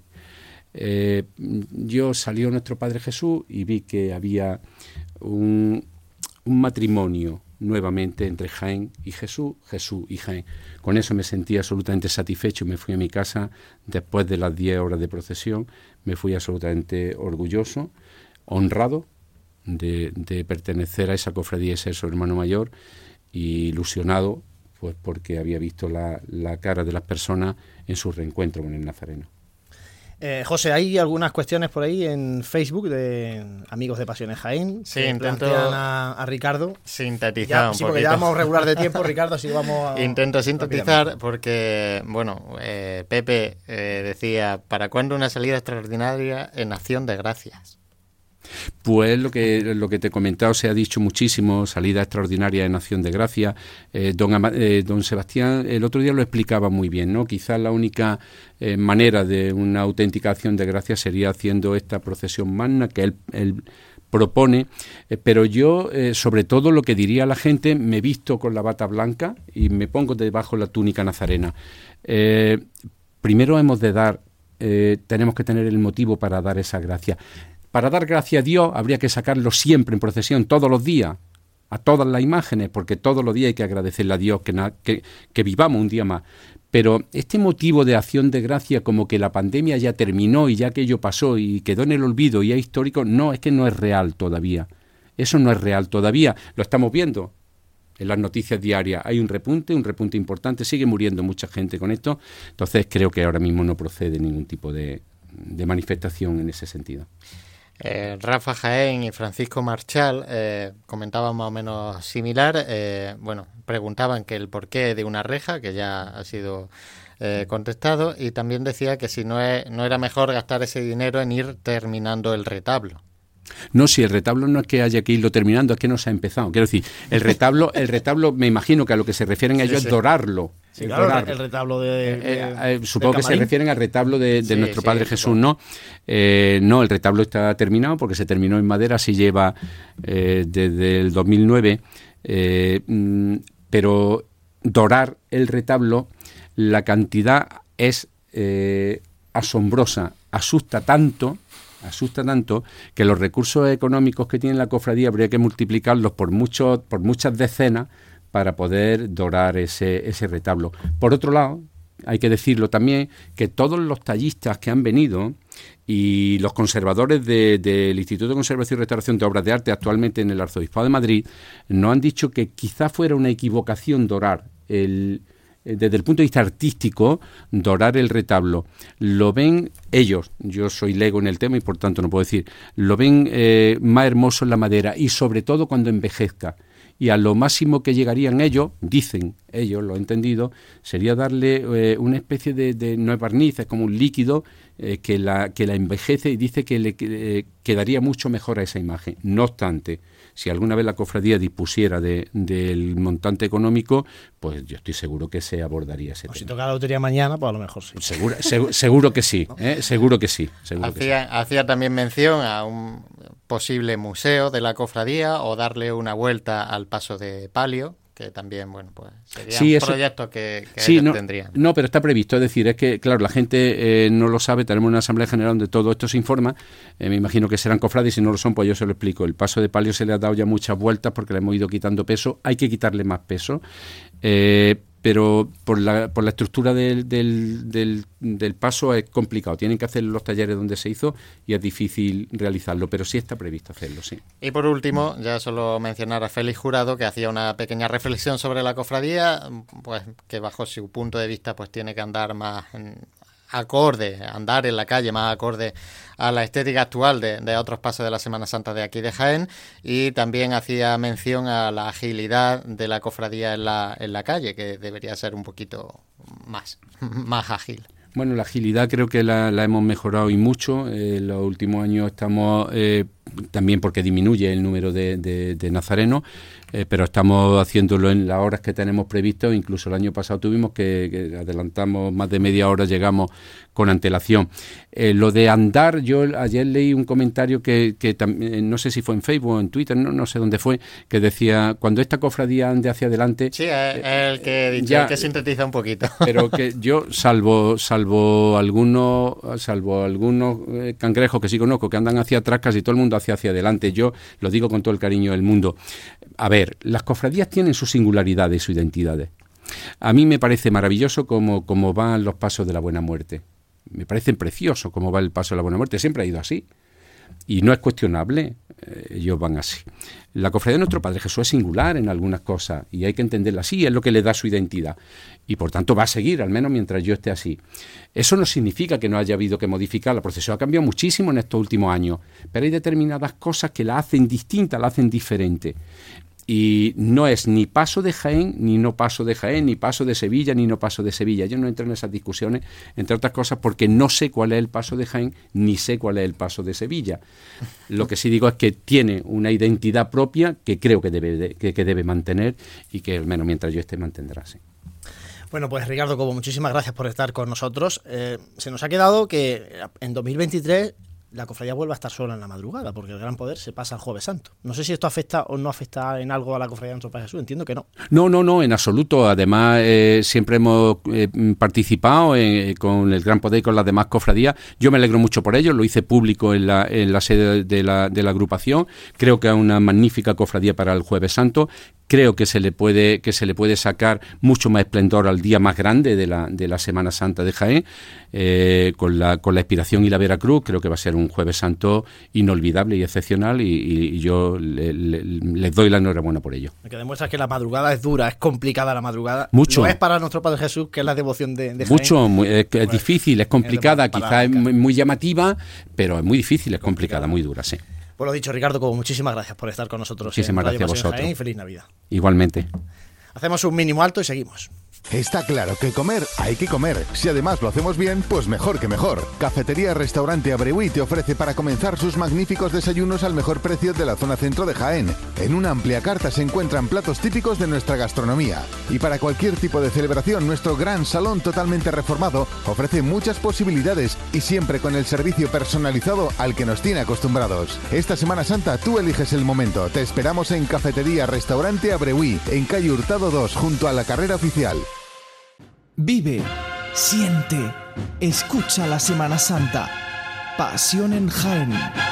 Yo salió nuestro Padre Jesús y vi que había un matrimonio nuevamente entre Jaén y Jesús y Jaén. Con eso me sentí absolutamente satisfecho. Me fui a mi casa después de las 10 horas de procesión, me fui absolutamente orgulloso, honrado de pertenecer a esa cofradía y ser su hermano mayor, y ilusionado pues porque había visto la cara de las personas en su reencuentro con el Nazareno. José, hay algunas cuestiones por ahí en Facebook de amigos de Pasiones Jaén. Sí, intento a Ricardo sintetizar un poquito. Sí, porque ya vamos regular de tiempo, Ricardo, así vamos Intento sintetizar porque, bueno, Pepe decía, ¿para cuándo una salida extraordinaria en acción de gracias? Pues lo que te he comentado, se ha dicho muchísimo, salida extraordinaria en acción de gracia. Don Sebastián el otro día lo explicaba muy bien, ¿no? Quizás la única manera de una auténtica acción de gracia sería haciendo esta procesión magna que él propone, pero yo sobre todo lo que diría a la gente, me visto con la bata blanca y me pongo debajo la túnica nazarena. Primero hemos de dar, tenemos que tener el motivo para dar esa gracia. Para dar gracia a Dios habría que sacarlo siempre en procesión, todos los días, a todas las imágenes, porque todos los días hay que agradecerle a Dios que vivamos un día más. Pero este motivo de acción de gracia, como que la pandemia ya terminó y ya aquello pasó y quedó en el olvido y es histórico, no, es que no es real todavía. Eso no es real todavía, lo estamos viendo en las noticias diarias. Hay un repunte importante, sigue muriendo mucha gente con esto, entonces creo que ahora mismo no procede ningún tipo de manifestación en ese sentido. Rafa Jaén y Francisco Marchal comentaban más o menos similar. Preguntaban que el porqué de una reja, que ya ha sido contestado, y también decía que si no era mejor gastar ese dinero en ir terminando el retablo. No, si el retablo no es que haya que irlo terminando, es que no se ha empezado. Quiero decir, el retablo me imagino que a lo que se refieren ellos es dorarlo. Sí, claro, dorarlo. El retablo supongo que se refieren al retablo de nuestro Padre Jesús, ¿no? No, el retablo está terminado porque se terminó en madera, así lleva desde el 2009, pero dorar el retablo, la cantidad es asombrosa, asusta tanto que los recursos económicos que tiene la cofradía habría que multiplicarlos por muchas decenas para poder dorar ese retablo. Por otro lado, hay que decirlo también, que todos los tallistas que han venido y los conservadores del Instituto de Conservación y Restauración de Obras de Arte actualmente en el Arzobispado de Madrid nos han dicho que quizá fuera una equivocación dorar desde el punto de vista artístico, dorar el retablo. Lo ven ellos, yo soy lego en el tema y por tanto no puedo decir, lo ven más hermoso en la madera y sobre todo cuando envejezca. Y a lo máximo que llegarían ellos, dicen ellos, lo he entendido, sería darle una especie de no es barniz, es como un líquido que la envejece y dice que le quedaría mucho mejor a esa imagen. No obstante, si alguna vez la cofradía dispusiera del montante económico, pues yo estoy seguro que se abordaría ese tema. Si toca la lotería mañana, pues a lo mejor sí. Seguro que sí, seguro que sí. Hacía también mención a un posible museo de la cofradía o darle una vuelta al paso de palio, que también, pues sería un proyecto que ellos tendrían. No, pero está previsto, es decir, es que, claro, la gente no lo sabe, tenemos una asamblea general donde todo esto se informa, me imagino que serán cofrades, si no lo son, pues yo se lo explico. El paso de palio se le ha dado ya muchas vueltas porque le hemos ido quitando peso, hay que quitarle más peso, pero por la estructura del paso es complicado. Tienen que hacer los talleres donde se hizo y es difícil realizarlo, pero sí está previsto hacerlo, sí. Y por último, ya solo mencionar a Félix Jurado, que hacía una pequeña reflexión sobre la cofradía, pues que bajo su punto de vista pues tiene que andar más andar en la calle más acorde a la estética actual de otros pasos de la Semana Santa de aquí de Jaén, y también hacía mención a la agilidad de la cofradía en la calle, que debería ser un poquito más ágil. Bueno, la agilidad creo que la hemos mejorado y mucho. En los últimos años estamos, también porque disminuye el número de nazarenos, pero estamos haciéndolo en las horas que tenemos previsto. Incluso el año pasado tuvimos que adelantamos más de media hora, llegamos con antelación. Lo de andar, yo ayer leí un comentario que no sé si fue en Facebook o en Twitter, no sé dónde fue, que decía, cuando esta cofradía ande hacia adelante... Sí, es el que he dicho, el que sintetiza un poquito. Pero que yo, salvo algunos cangrejos que sí conozco, que andan hacia atrás, casi todo el mundo hacia adelante. Yo lo digo con todo el cariño del mundo. A ver, las cofradías tienen sus singularidades y sus identidades. A mí me parece maravilloso cómo van los pasos de la Buena Muerte. Me parece precioso cómo va el paso de la Buena Muerte. Siempre ha ido así. Y no es cuestionable, ellos van así. La cofradía de nuestro Padre Jesús es singular en algunas cosas y hay que entenderla así, es lo que le da su identidad. Y por tanto va a seguir, al menos mientras yo esté así. Eso no significa que no haya habido que modificar. La procesión ha cambiado muchísimo en estos últimos años, pero hay determinadas cosas que la hacen distinta, la hacen diferente. Y no es ni paso de Jaén, ni no paso de Jaén, ni paso de Sevilla, ni no paso de Sevilla. Yo no entro en esas discusiones, entre otras cosas, porque no sé cuál es el paso de Jaén, ni sé cuál es el paso de Sevilla. Lo que sí digo es que tiene una identidad propia que creo que debe mantener y que, al menos mientras yo esté, mantendrá. Sí. Bueno, pues Ricardo Cobo, muchísimas gracias por estar con nosotros. Se nos ha quedado que en 2023... la cofradía vuelve a estar sola en la madrugada, porque el Gran Poder se pasa al Jueves Santo. No sé si esto afecta o no afecta en algo a la cofradía de nuestro Padre Jesús, entiendo que no. No, en absoluto. Además, siempre hemos participado con el Gran Poder y con las demás cofradías. Yo me alegro mucho por ello, lo hice público en la sede de la agrupación. Creo que es una magnífica cofradía para el Jueves Santo. creo que se le puede sacar mucho más esplendor al día más grande de la Semana Santa de Jaén, con la Expiración y la Veracruz. Creo que va a ser un Jueves Santo inolvidable y excepcional, y yo les doy la enhorabuena por ello. Lo que demuestra que la madrugada es dura, es complicada la madrugada. Mucho. Lo es para nuestro Padre Jesús, que es la devoción de Jaén. Mucho, es difícil, es complicada, quizás es muy llamativa, pero es muy difícil, es complicada, muy dura, sí. Pues lo dicho, Ricardo Cobo, muchísimas gracias por estar con nosotros. Muchísimas gracias a vosotros. Jaén, y feliz Navidad. Igualmente. Hacemos un mínimo alto y seguimos. Está claro que comer hay que comer. Si además lo hacemos bien, pues mejor que mejor. Cafetería Restaurante Abreuí te ofrece para comenzar sus magníficos desayunos al mejor precio de la zona centro de Jaén. En una amplia carta se encuentran platos típicos de nuestra gastronomía. Y para cualquier tipo de celebración, nuestro gran salón totalmente reformado ofrece muchas posibilidades y siempre con el servicio personalizado al que nos tiene acostumbrados. Esta Semana Santa tú eliges el momento. Te esperamos en Cafetería Restaurante Abreuí, en calle Hurtado 2, junto a la carrera oficial. Vive, siente, escucha la Semana Santa. Pasión en Jaén.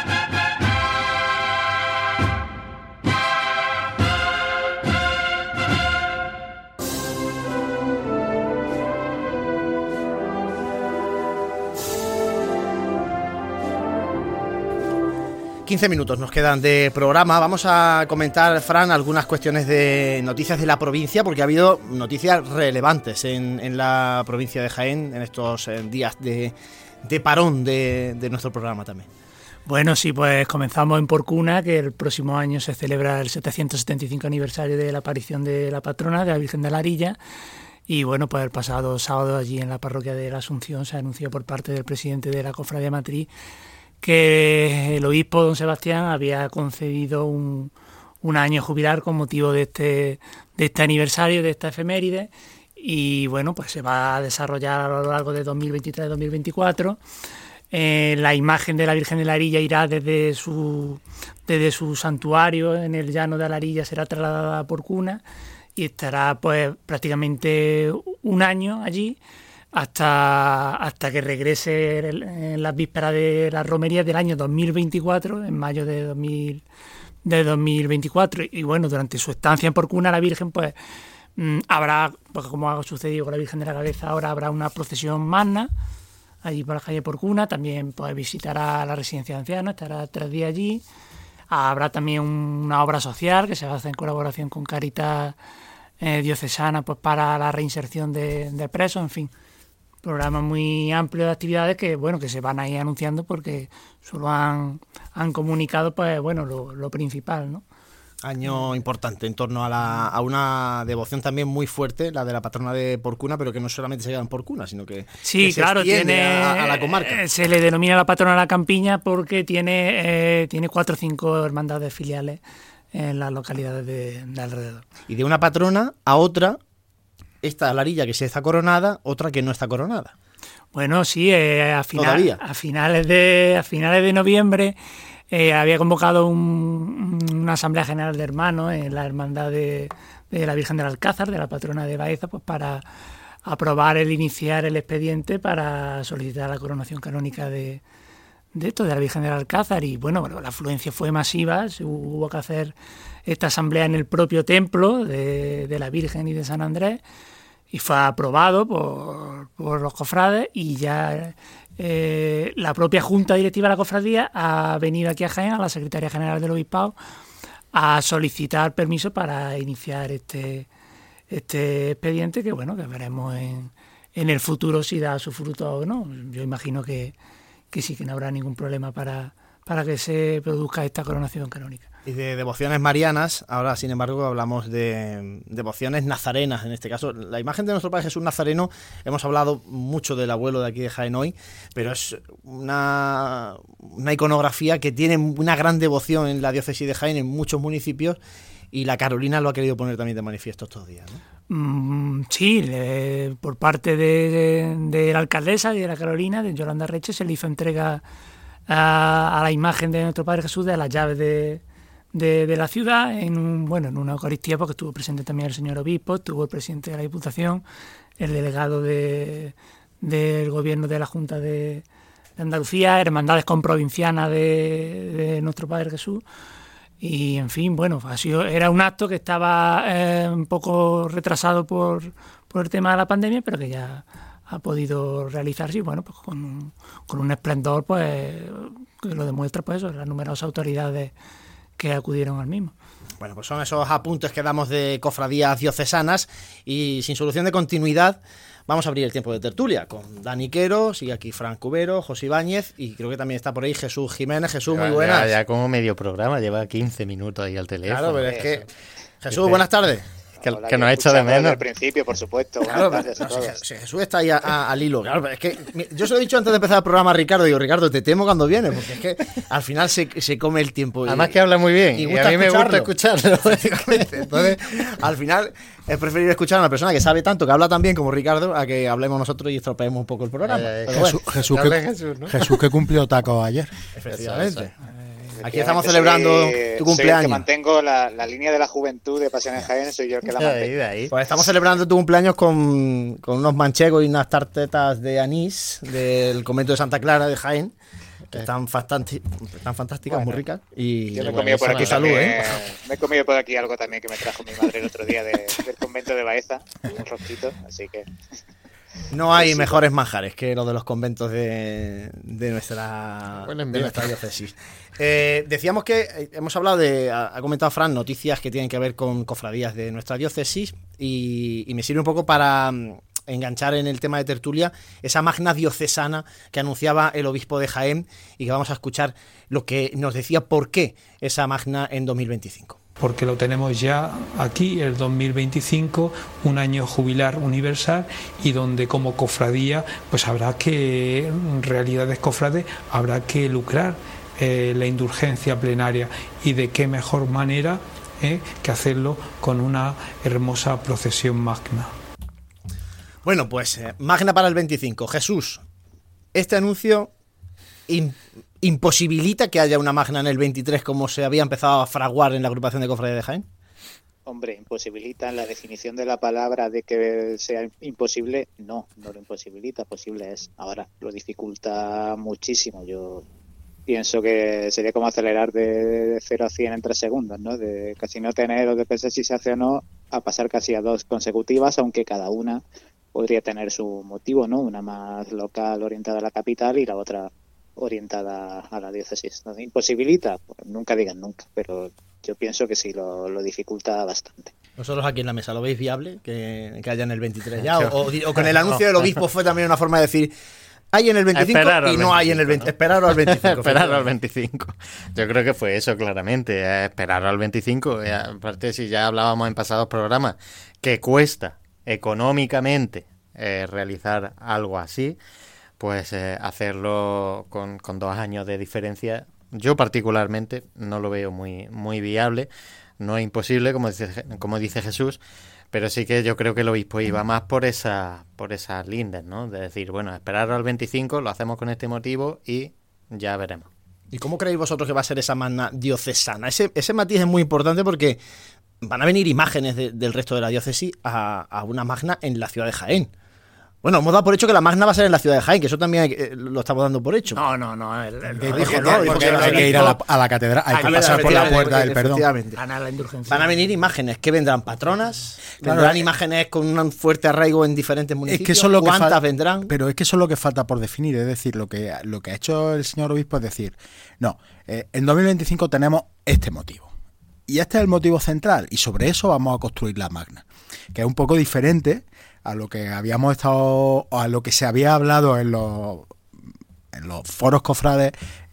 ...15 minutos nos quedan de programa. Vamos a comentar, Fran, algunas cuestiones de noticias de la provincia, porque ha habido noticias relevantes en la provincia de Jaén en estos días de parón de nuestro programa también. Bueno, sí, pues comenzamos en Porcuna, que el próximo año se celebra el 775 aniversario de la aparición de la patrona, de la Virgen de la Arilla. Y bueno, pues el pasado sábado allí en la parroquia de la Asunción se anunció por parte del presidente de la Cofradía Matriz que el obispo don Sebastián había concedido un año jubilar con motivo de este aniversario, de esta efeméride, y bueno, pues se va a desarrollar a lo largo de 2023-2024. La imagen de la Virgen de la Arilla irá desde su santuario en el llano de la Arilla, será trasladada a Porcuna y estará pues prácticamente un año allí, hasta que regrese en las vísperas de las romerías del año 2024, en mayo de 2024. Y bueno, durante su estancia en Porcuna, la Virgen pues habrá, pues como ha sucedido con la Virgen de la Cabeza, ahora habrá una procesión magna allí por la calle Porcuna. También pues visitará la residencia de ancianos, estará 3 días allí. Habrá también una obra social que se va a hacer en colaboración con Caritas Diocesana, pues para la reinserción de presos, en fin. Programa muy amplio de actividades que bueno, que se van a ir anunciando porque solo han comunicado pues bueno lo principal, ¿no? Año importante en torno a una devoción también muy fuerte, la de la patrona de Porcuna, pero que no solamente se queda en Porcuna, sino que, sí, que se claro, extiende a la comarca. Se le denomina la patrona de la Campiña porque tiene 4 o 5 hermandades filiales en las localidades de alrededor. Y de una patrona a otra, esta la Arilla que se está coronada, otra que no está coronada. Bueno, sí, a finales de noviembre había convocado una asamblea general de hermanos en la hermandad de la Virgen del Alcázar, de la patrona de Baeza, pues para aprobar iniciar el expediente para solicitar la coronación canónica de la Virgen del Alcázar. Y bueno, la afluencia fue masiva, hubo que hacer esta asamblea en el propio templo de la Virgen y de San Andrés, y fue aprobado por los cofrades, y ya la propia Junta Directiva de la Cofradía ha venido aquí a Jaén, a la Secretaría General del Obispado, a solicitar permiso para iniciar este expediente, que bueno, que veremos en el futuro si da su fruto o no. Yo imagino que sí, que no habrá ningún problema para que se produzca esta coronación canónica. Y de devociones marianas, ahora sin embargo hablamos de devociones nazarenas, en este caso. La imagen de nuestro Padre Jesús Nazareno, hemos hablado mucho del abuelo de aquí de Jaén hoy, pero es una iconografía que tiene una gran devoción en la diócesis de Jaén, en muchos municipios, y la Carolina lo ha querido poner también de manifiesto estos días, ¿no? Sí, por parte de la alcaldesa y de la Carolina, de Yolanda Reche, se le hizo entrega a la imagen de nuestro Padre Jesús de las llaves de la ciudad en una Eucaristía, porque estuvo presente también el señor obispo, estuvo el presidente de la Diputación, el delegado del gobierno de la Junta de Andalucía, hermandades comprovincianas de nuestro Padre Jesús, Y en fin, bueno, era un acto que estaba un poco retrasado por el tema de la pandemia, pero que ya ha podido realizarse, y bueno, pues con un esplendor, pues que lo demuestra pues eso, las numerosas autoridades que acudieron al mismo. Bueno, pues son esos apuntes que damos de cofradías diocesanas, y sin solución de continuidad vamos a abrir el tiempo de tertulia con Dani Quero, sigue aquí Fran Cubero, José Ibáñez, y creo que también está por ahí Jesús Jiménez. Jesús, muy buenas. Ya como medio programa, lleva 15 minutos ahí al teléfono. Claro, pero es que... Jesús, buenas tardes. Que nos ha hecho de menos. Desde el principio, por supuesto. Claro, Buenas tardes a todos. si Jesús está ahí al hilo. Claro, pero es que yo se lo he dicho antes de empezar el programa a Ricardo. Digo, Ricardo, te temo cuando vienes, porque es que al final se come el tiempo. Además que habla muy bien, y a mí me gusta escucharlo. Entonces, al final es preferible escuchar a una persona que sabe tanto, que habla tan bien como Ricardo, a que hablemos nosotros y estropeemos un poco el programa. Jesús que cumplió tacos ayer. Efectivamente. Aquí estamos celebrando tu cumpleaños. Soy el que mantengo la línea de la juventud de Pasión en Jaén, soy yo el que la mantengo. Pues estamos celebrando tu cumpleaños con unos manchegos y unas tartetas de anís del convento de Santa Clara de Jaén, que están fantásticas, muy ricas. Y yo me he comido por aquí salud, me he comido por aquí algo también que me trajo mi madre el otro día del convento de Baeza, un rosquito, así que... No hay mejores manjares que los de los conventos de nuestra diócesis. Decíamos que hemos hablado ha comentado Fran, noticias que tienen que ver con cofradías de nuestra diócesis, y me sirve un poco para enganchar en el tema de tertulia esa magna diocesana que anunciaba el obispo de Jaén, y que vamos a escuchar lo que nos decía por qué esa magna en 2025. Porque lo tenemos ya aquí, el 2025, un año jubilar universal, y donde como cofradía pues habrá que, realidades cofrades, habrá que lucrar la indulgencia plenaria, y de qué mejor manera que hacerlo con una hermosa procesión magna. Bueno, pues magna para el 25. Jesús, este anuncio imposibilita que haya una magna en el 23 como se había empezado a fraguar en la agrupación de cofradías de Jaén. Hombre, imposibilita la definición de la palabra de que sea imposible, no lo imposibilita, posible es. Ahora lo dificulta muchísimo. Yo pienso que sería como acelerar de 0 a 100 en 3 segundos, ¿no? De casi no tener o de pensar si se hace o no, a pasar casi a 2 consecutivas, aunque cada una podría tener su motivo, ¿no? Una más local, orientada a la capital, y la otra orientada a la diócesis. ¿No? ¿Imposibilita? Pues nunca digan nunca, pero yo pienso que sí lo dificulta bastante. ¿Vosotros aquí en la mesa lo veis viable que haya en el 23 ya? O con el anuncio del obispo fue también una forma de decir, hay en el 25 y no hay en el 20, esperaros al 25. Esperaros al 25. Yo creo que fue eso claramente, esperar al 25. Aparte, si ya hablábamos en pasados programas que cuesta económicamente realizar algo así, pues hacerlo con 2 años de diferencia, yo particularmente no lo veo muy viable. No es imposible, como dice Jesús, pero sí que yo creo que el obispo iba más por esas lindes, ¿no? De decir, bueno, esperar al 25, lo hacemos con este motivo y ya veremos. ¿Y cómo creéis vosotros que va a ser esa magna diocesana? Ese matiz es muy importante, porque van a venir imágenes del resto de la diócesis a una magna en la ciudad de Jaén. Bueno, hemos dado por hecho que la magna va a ser en la ciudad de Jaén, que eso también lo estamos dando por hecho. No. Porque hay que ir a la catedral, hay que pasar por la puerta del perdón. Van a venir imágenes que vendrán patronas, vendrán imágenes con un fuerte arraigo en diferentes municipios. Es que eso es lo que ¿Cuántas vendrán? Pero es que eso es lo que falta por definir. Es decir, lo que ha hecho el señor obispo es decir, no, en 2025 tenemos este motivo. Y este es el motivo central, y sobre eso vamos a construir la magna, que es un poco diferente a lo que habíamos estado, a lo que se había hablado en los foros cofrades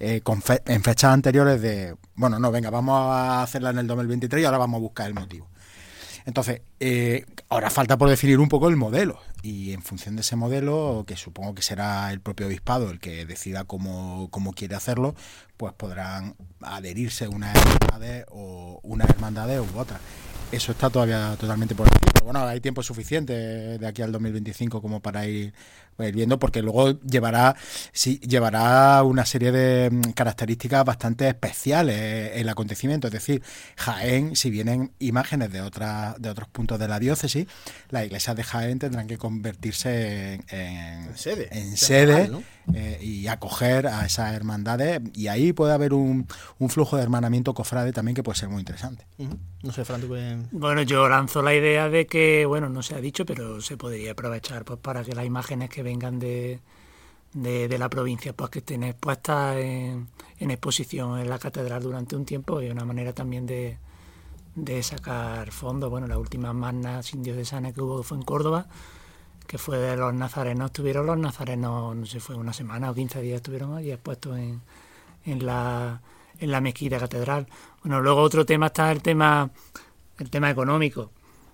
en fechas anteriores de, bueno, no, venga, vamos a hacerla en el 2023 y ahora vamos a buscar el motivo. Entonces, ahora falta por definir un poco el modelo, y en función de ese modelo, que supongo que será el propio obispado el que decida cómo quiere hacerlo, pues podrán adherirse unas hermandades u otras. Eso está todavía totalmente por decir. Pero bueno, hay tiempo suficiente de aquí al 2025 como para ir ir viendo, porque luego llevará una serie de características bastante especiales el acontecimiento. Es decir, Jaén, si vienen imágenes de otros puntos de la diócesis, las iglesias de Jaén tendrán que convertirse en sede, ¿no? Y acoger a esas hermandades, y ahí puede haber un flujo de hermanamiento cofrade también que puede ser muy interesante. No sé, Fran, ¿tú qué? Bueno, yo lanzo la idea de que, bueno, no se ha dicho, pero se podría aprovechar pues para que las imágenes que vengan de la provincia pues que estén expuestas en exposición en la catedral durante un tiempo, y una manera también de sacar fondos. Bueno, la última magna sin diocesana que hubo fue en Córdoba, que fue de los nazarenos. Estuvieron los nazarenos, no sé, fue una semana o 15 días estuvieron allí expuestos en la mezquita catedral. Bueno, luego otro tema está el tema económico.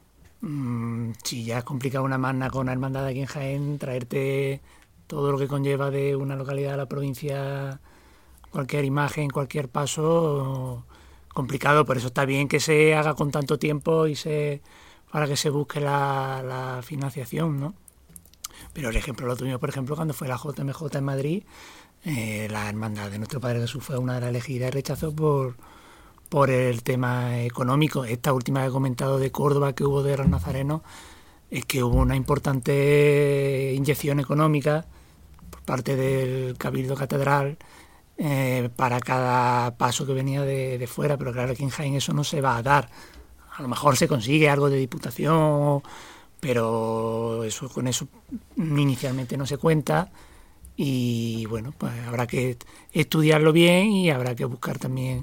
Si ya es complicado una magna con una hermandad aquí en Jaén, traerte todo lo que conlleva de una localidad a la provincia, cualquier imagen, cualquier paso, complicado. Por eso está bien que se haga con tanto tiempo para que se busque la financiación, ¿no? Pero el ejemplo lo tuvimos, por ejemplo, cuando fue la JMJ en Madrid. La hermandad de Nuestro Padre Jesús fue una de las elegidas y rechazó por el tema económico. Esta última que he comentado de Córdoba, que hubo de los nazarenos, es que hubo una importante inyección económica por parte del Cabildo Catedral para cada paso que venía de fuera, pero claro, aquí en Jaén eso no se va a dar. A lo mejor se consigue algo de diputación, pero con eso inicialmente no se cuenta. Y bueno, pues habrá que estudiarlo bien y habrá que buscar también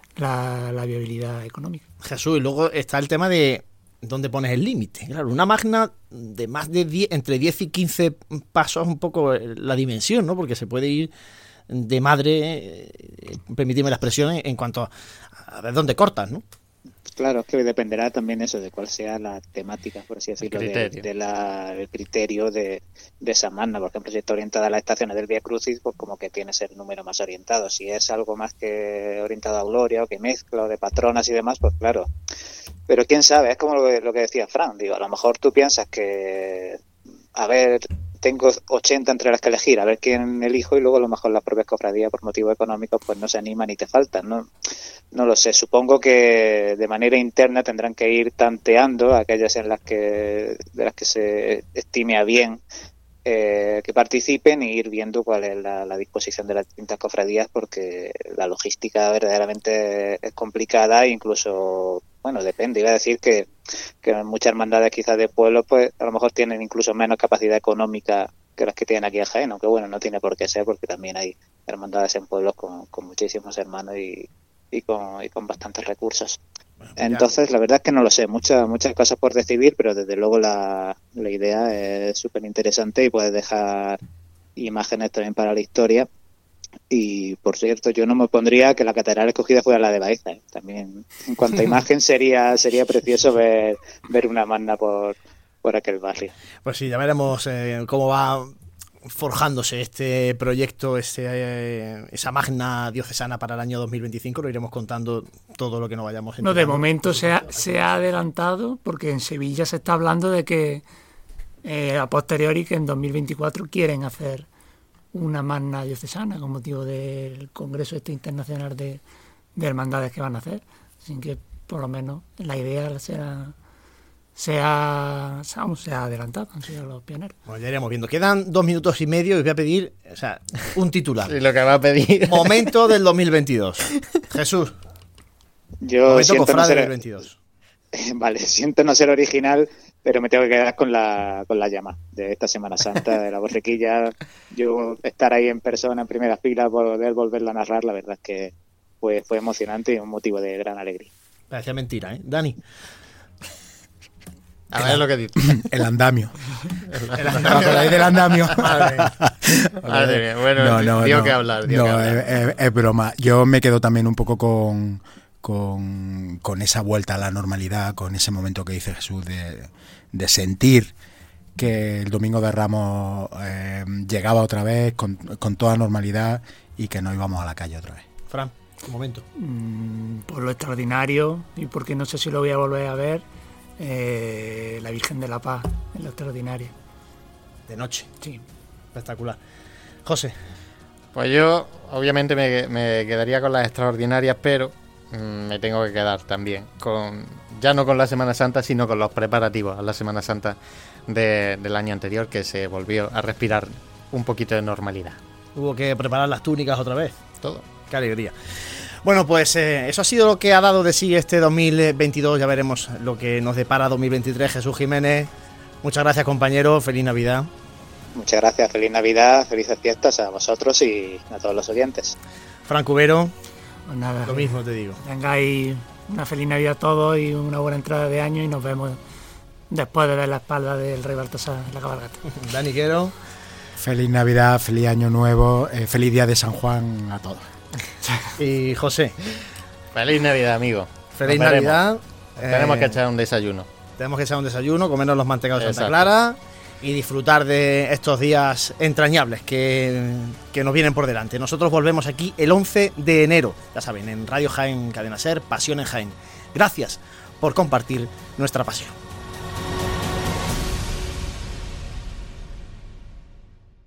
la viabilidad económica. Jesús, y luego está el tema de dónde pones el límite. Claro, una magna de más de 10, entre 10 y 15 pasos es un poco la dimensión, ¿no? Porque se puede ir de madre, permíteme la expresión, en cuanto a ver dónde cortas, ¿no? Claro, es que dependerá también eso de cuál sea la temática, por así decirlo, el criterio de esa magna. Por ejemplo, si está orientada a las estaciones del Vía Crucis, pues como que tienes el número más orientado. Si es algo más que orientado a Gloria o que mezcla o de patronas y demás, pues claro. Pero quién sabe, es como lo que decía Fran. Digo, a lo mejor tú piensas que, a ver, tengo 80 entre las que elegir, a ver quién elijo, y luego a lo mejor las propias cofradías por motivos económicos pues no se animan y te faltan, no lo sé. Supongo que de manera interna tendrán que ir tanteando aquellas de las que se estime a bien que participen, y ir viendo cuál es la disposición de las distintas cofradías, porque la logística verdaderamente es complicada e incluso, bueno, depende. Iba a decir que muchas hermandades quizás de pueblos pues a lo mejor tienen incluso menos capacidad económica que las que tienen aquí en Jaén, aunque bueno, no tiene por qué ser, porque también hay hermandades en pueblos con muchísimos hermanos y con bastantes recursos. Bueno, entonces, la verdad es que no lo sé, muchas cosas por decidir, pero desde luego la idea es súper interesante y puede dejar imágenes también para la historia. Y por cierto, yo no me opondría que la catedral escogida fuera la de Baeza. También, en cuanto a imagen, sería precioso ver una magna por aquel barrio. Pues sí, ya veremos cómo va forjándose este proyecto, esa magna diocesana para el año 2025. Lo iremos contando todo lo que nos vayamos enterando. No, de momento se ha adelantado, porque en Sevilla se está hablando de que a posteriori, que en 2024 quieren hacer una magna diocesana con motivo del Congreso Internacional de Hermandades que van a hacer. Así que por lo menos la idea se ha adelantado, han sido los pioneros. Bueno, ya iremos viendo. Quedan 2 minutos y medio y os voy a pedir, un titular. Y lo que va a pedir. Momento del 2022. Jesús. Momento cofrade del 22. Vale, siento no ser original, pero me tengo que quedar con la llama de esta Semana Santa, de la borriquilla. Yo estar ahí en persona, en primera fila, volverla a narrar, la verdad es que fue emocionante y un motivo de gran alegría. Parecía mentira, ¿eh? Dani. A ver lo que dice. El andamio. El andamio. Por ahí del andamio. Madre mía. Bueno, dio que hablar. Es broma. Yo me quedo también un poco con esa vuelta a la normalidad, con ese momento que dice Jesús de sentir que el Domingo de Ramos llegaba otra vez con toda normalidad y que no íbamos a la calle otra vez. Fran, un momento. Por lo extraordinario, y porque no sé si lo voy a volver a ver, la Virgen de la Paz, en lo extraordinario. De noche. Sí. Espectacular. José. Pues yo, obviamente, me quedaría con las extraordinarias, pero me tengo que quedar también ya no con la Semana Santa, sino con los preparativos a la Semana Santa del año anterior, que se volvió a respirar un poquito de normalidad. Hubo que preparar las túnicas otra vez. Todo. Qué alegría. Bueno, pues eso ha sido lo que ha dado de sí este 2022. Ya veremos lo que nos depara 2023. Jesús Jiménez, muchas gracias, compañero. Feliz Navidad. Muchas gracias. Feliz Navidad, felices fiestas a vosotros y a todos los oyentes. Fran Cubero, Pues nada, lo mismo te digo. Tengáis una feliz Navidad a todos y una buena entrada de año, y nos vemos después de ver la espalda del Rey Baltasar en la cabalgata. Dani Quero. Feliz Navidad, feliz Año Nuevo, feliz Día de San Juan a todos. Y José. Feliz Navidad, amigo. Feliz Navidad. Tenemos que echar un desayuno. Tenemos que echar un desayuno, comernos los mantecados de Santa Exacto. Clara y disfrutar de estos días entrañables que nos vienen por delante. Nosotros volvemos aquí el 11 de enero, ya saben, en Radio Jaén Cadena Ser, Pasión en Jaén. Gracias por compartir nuestra pasión.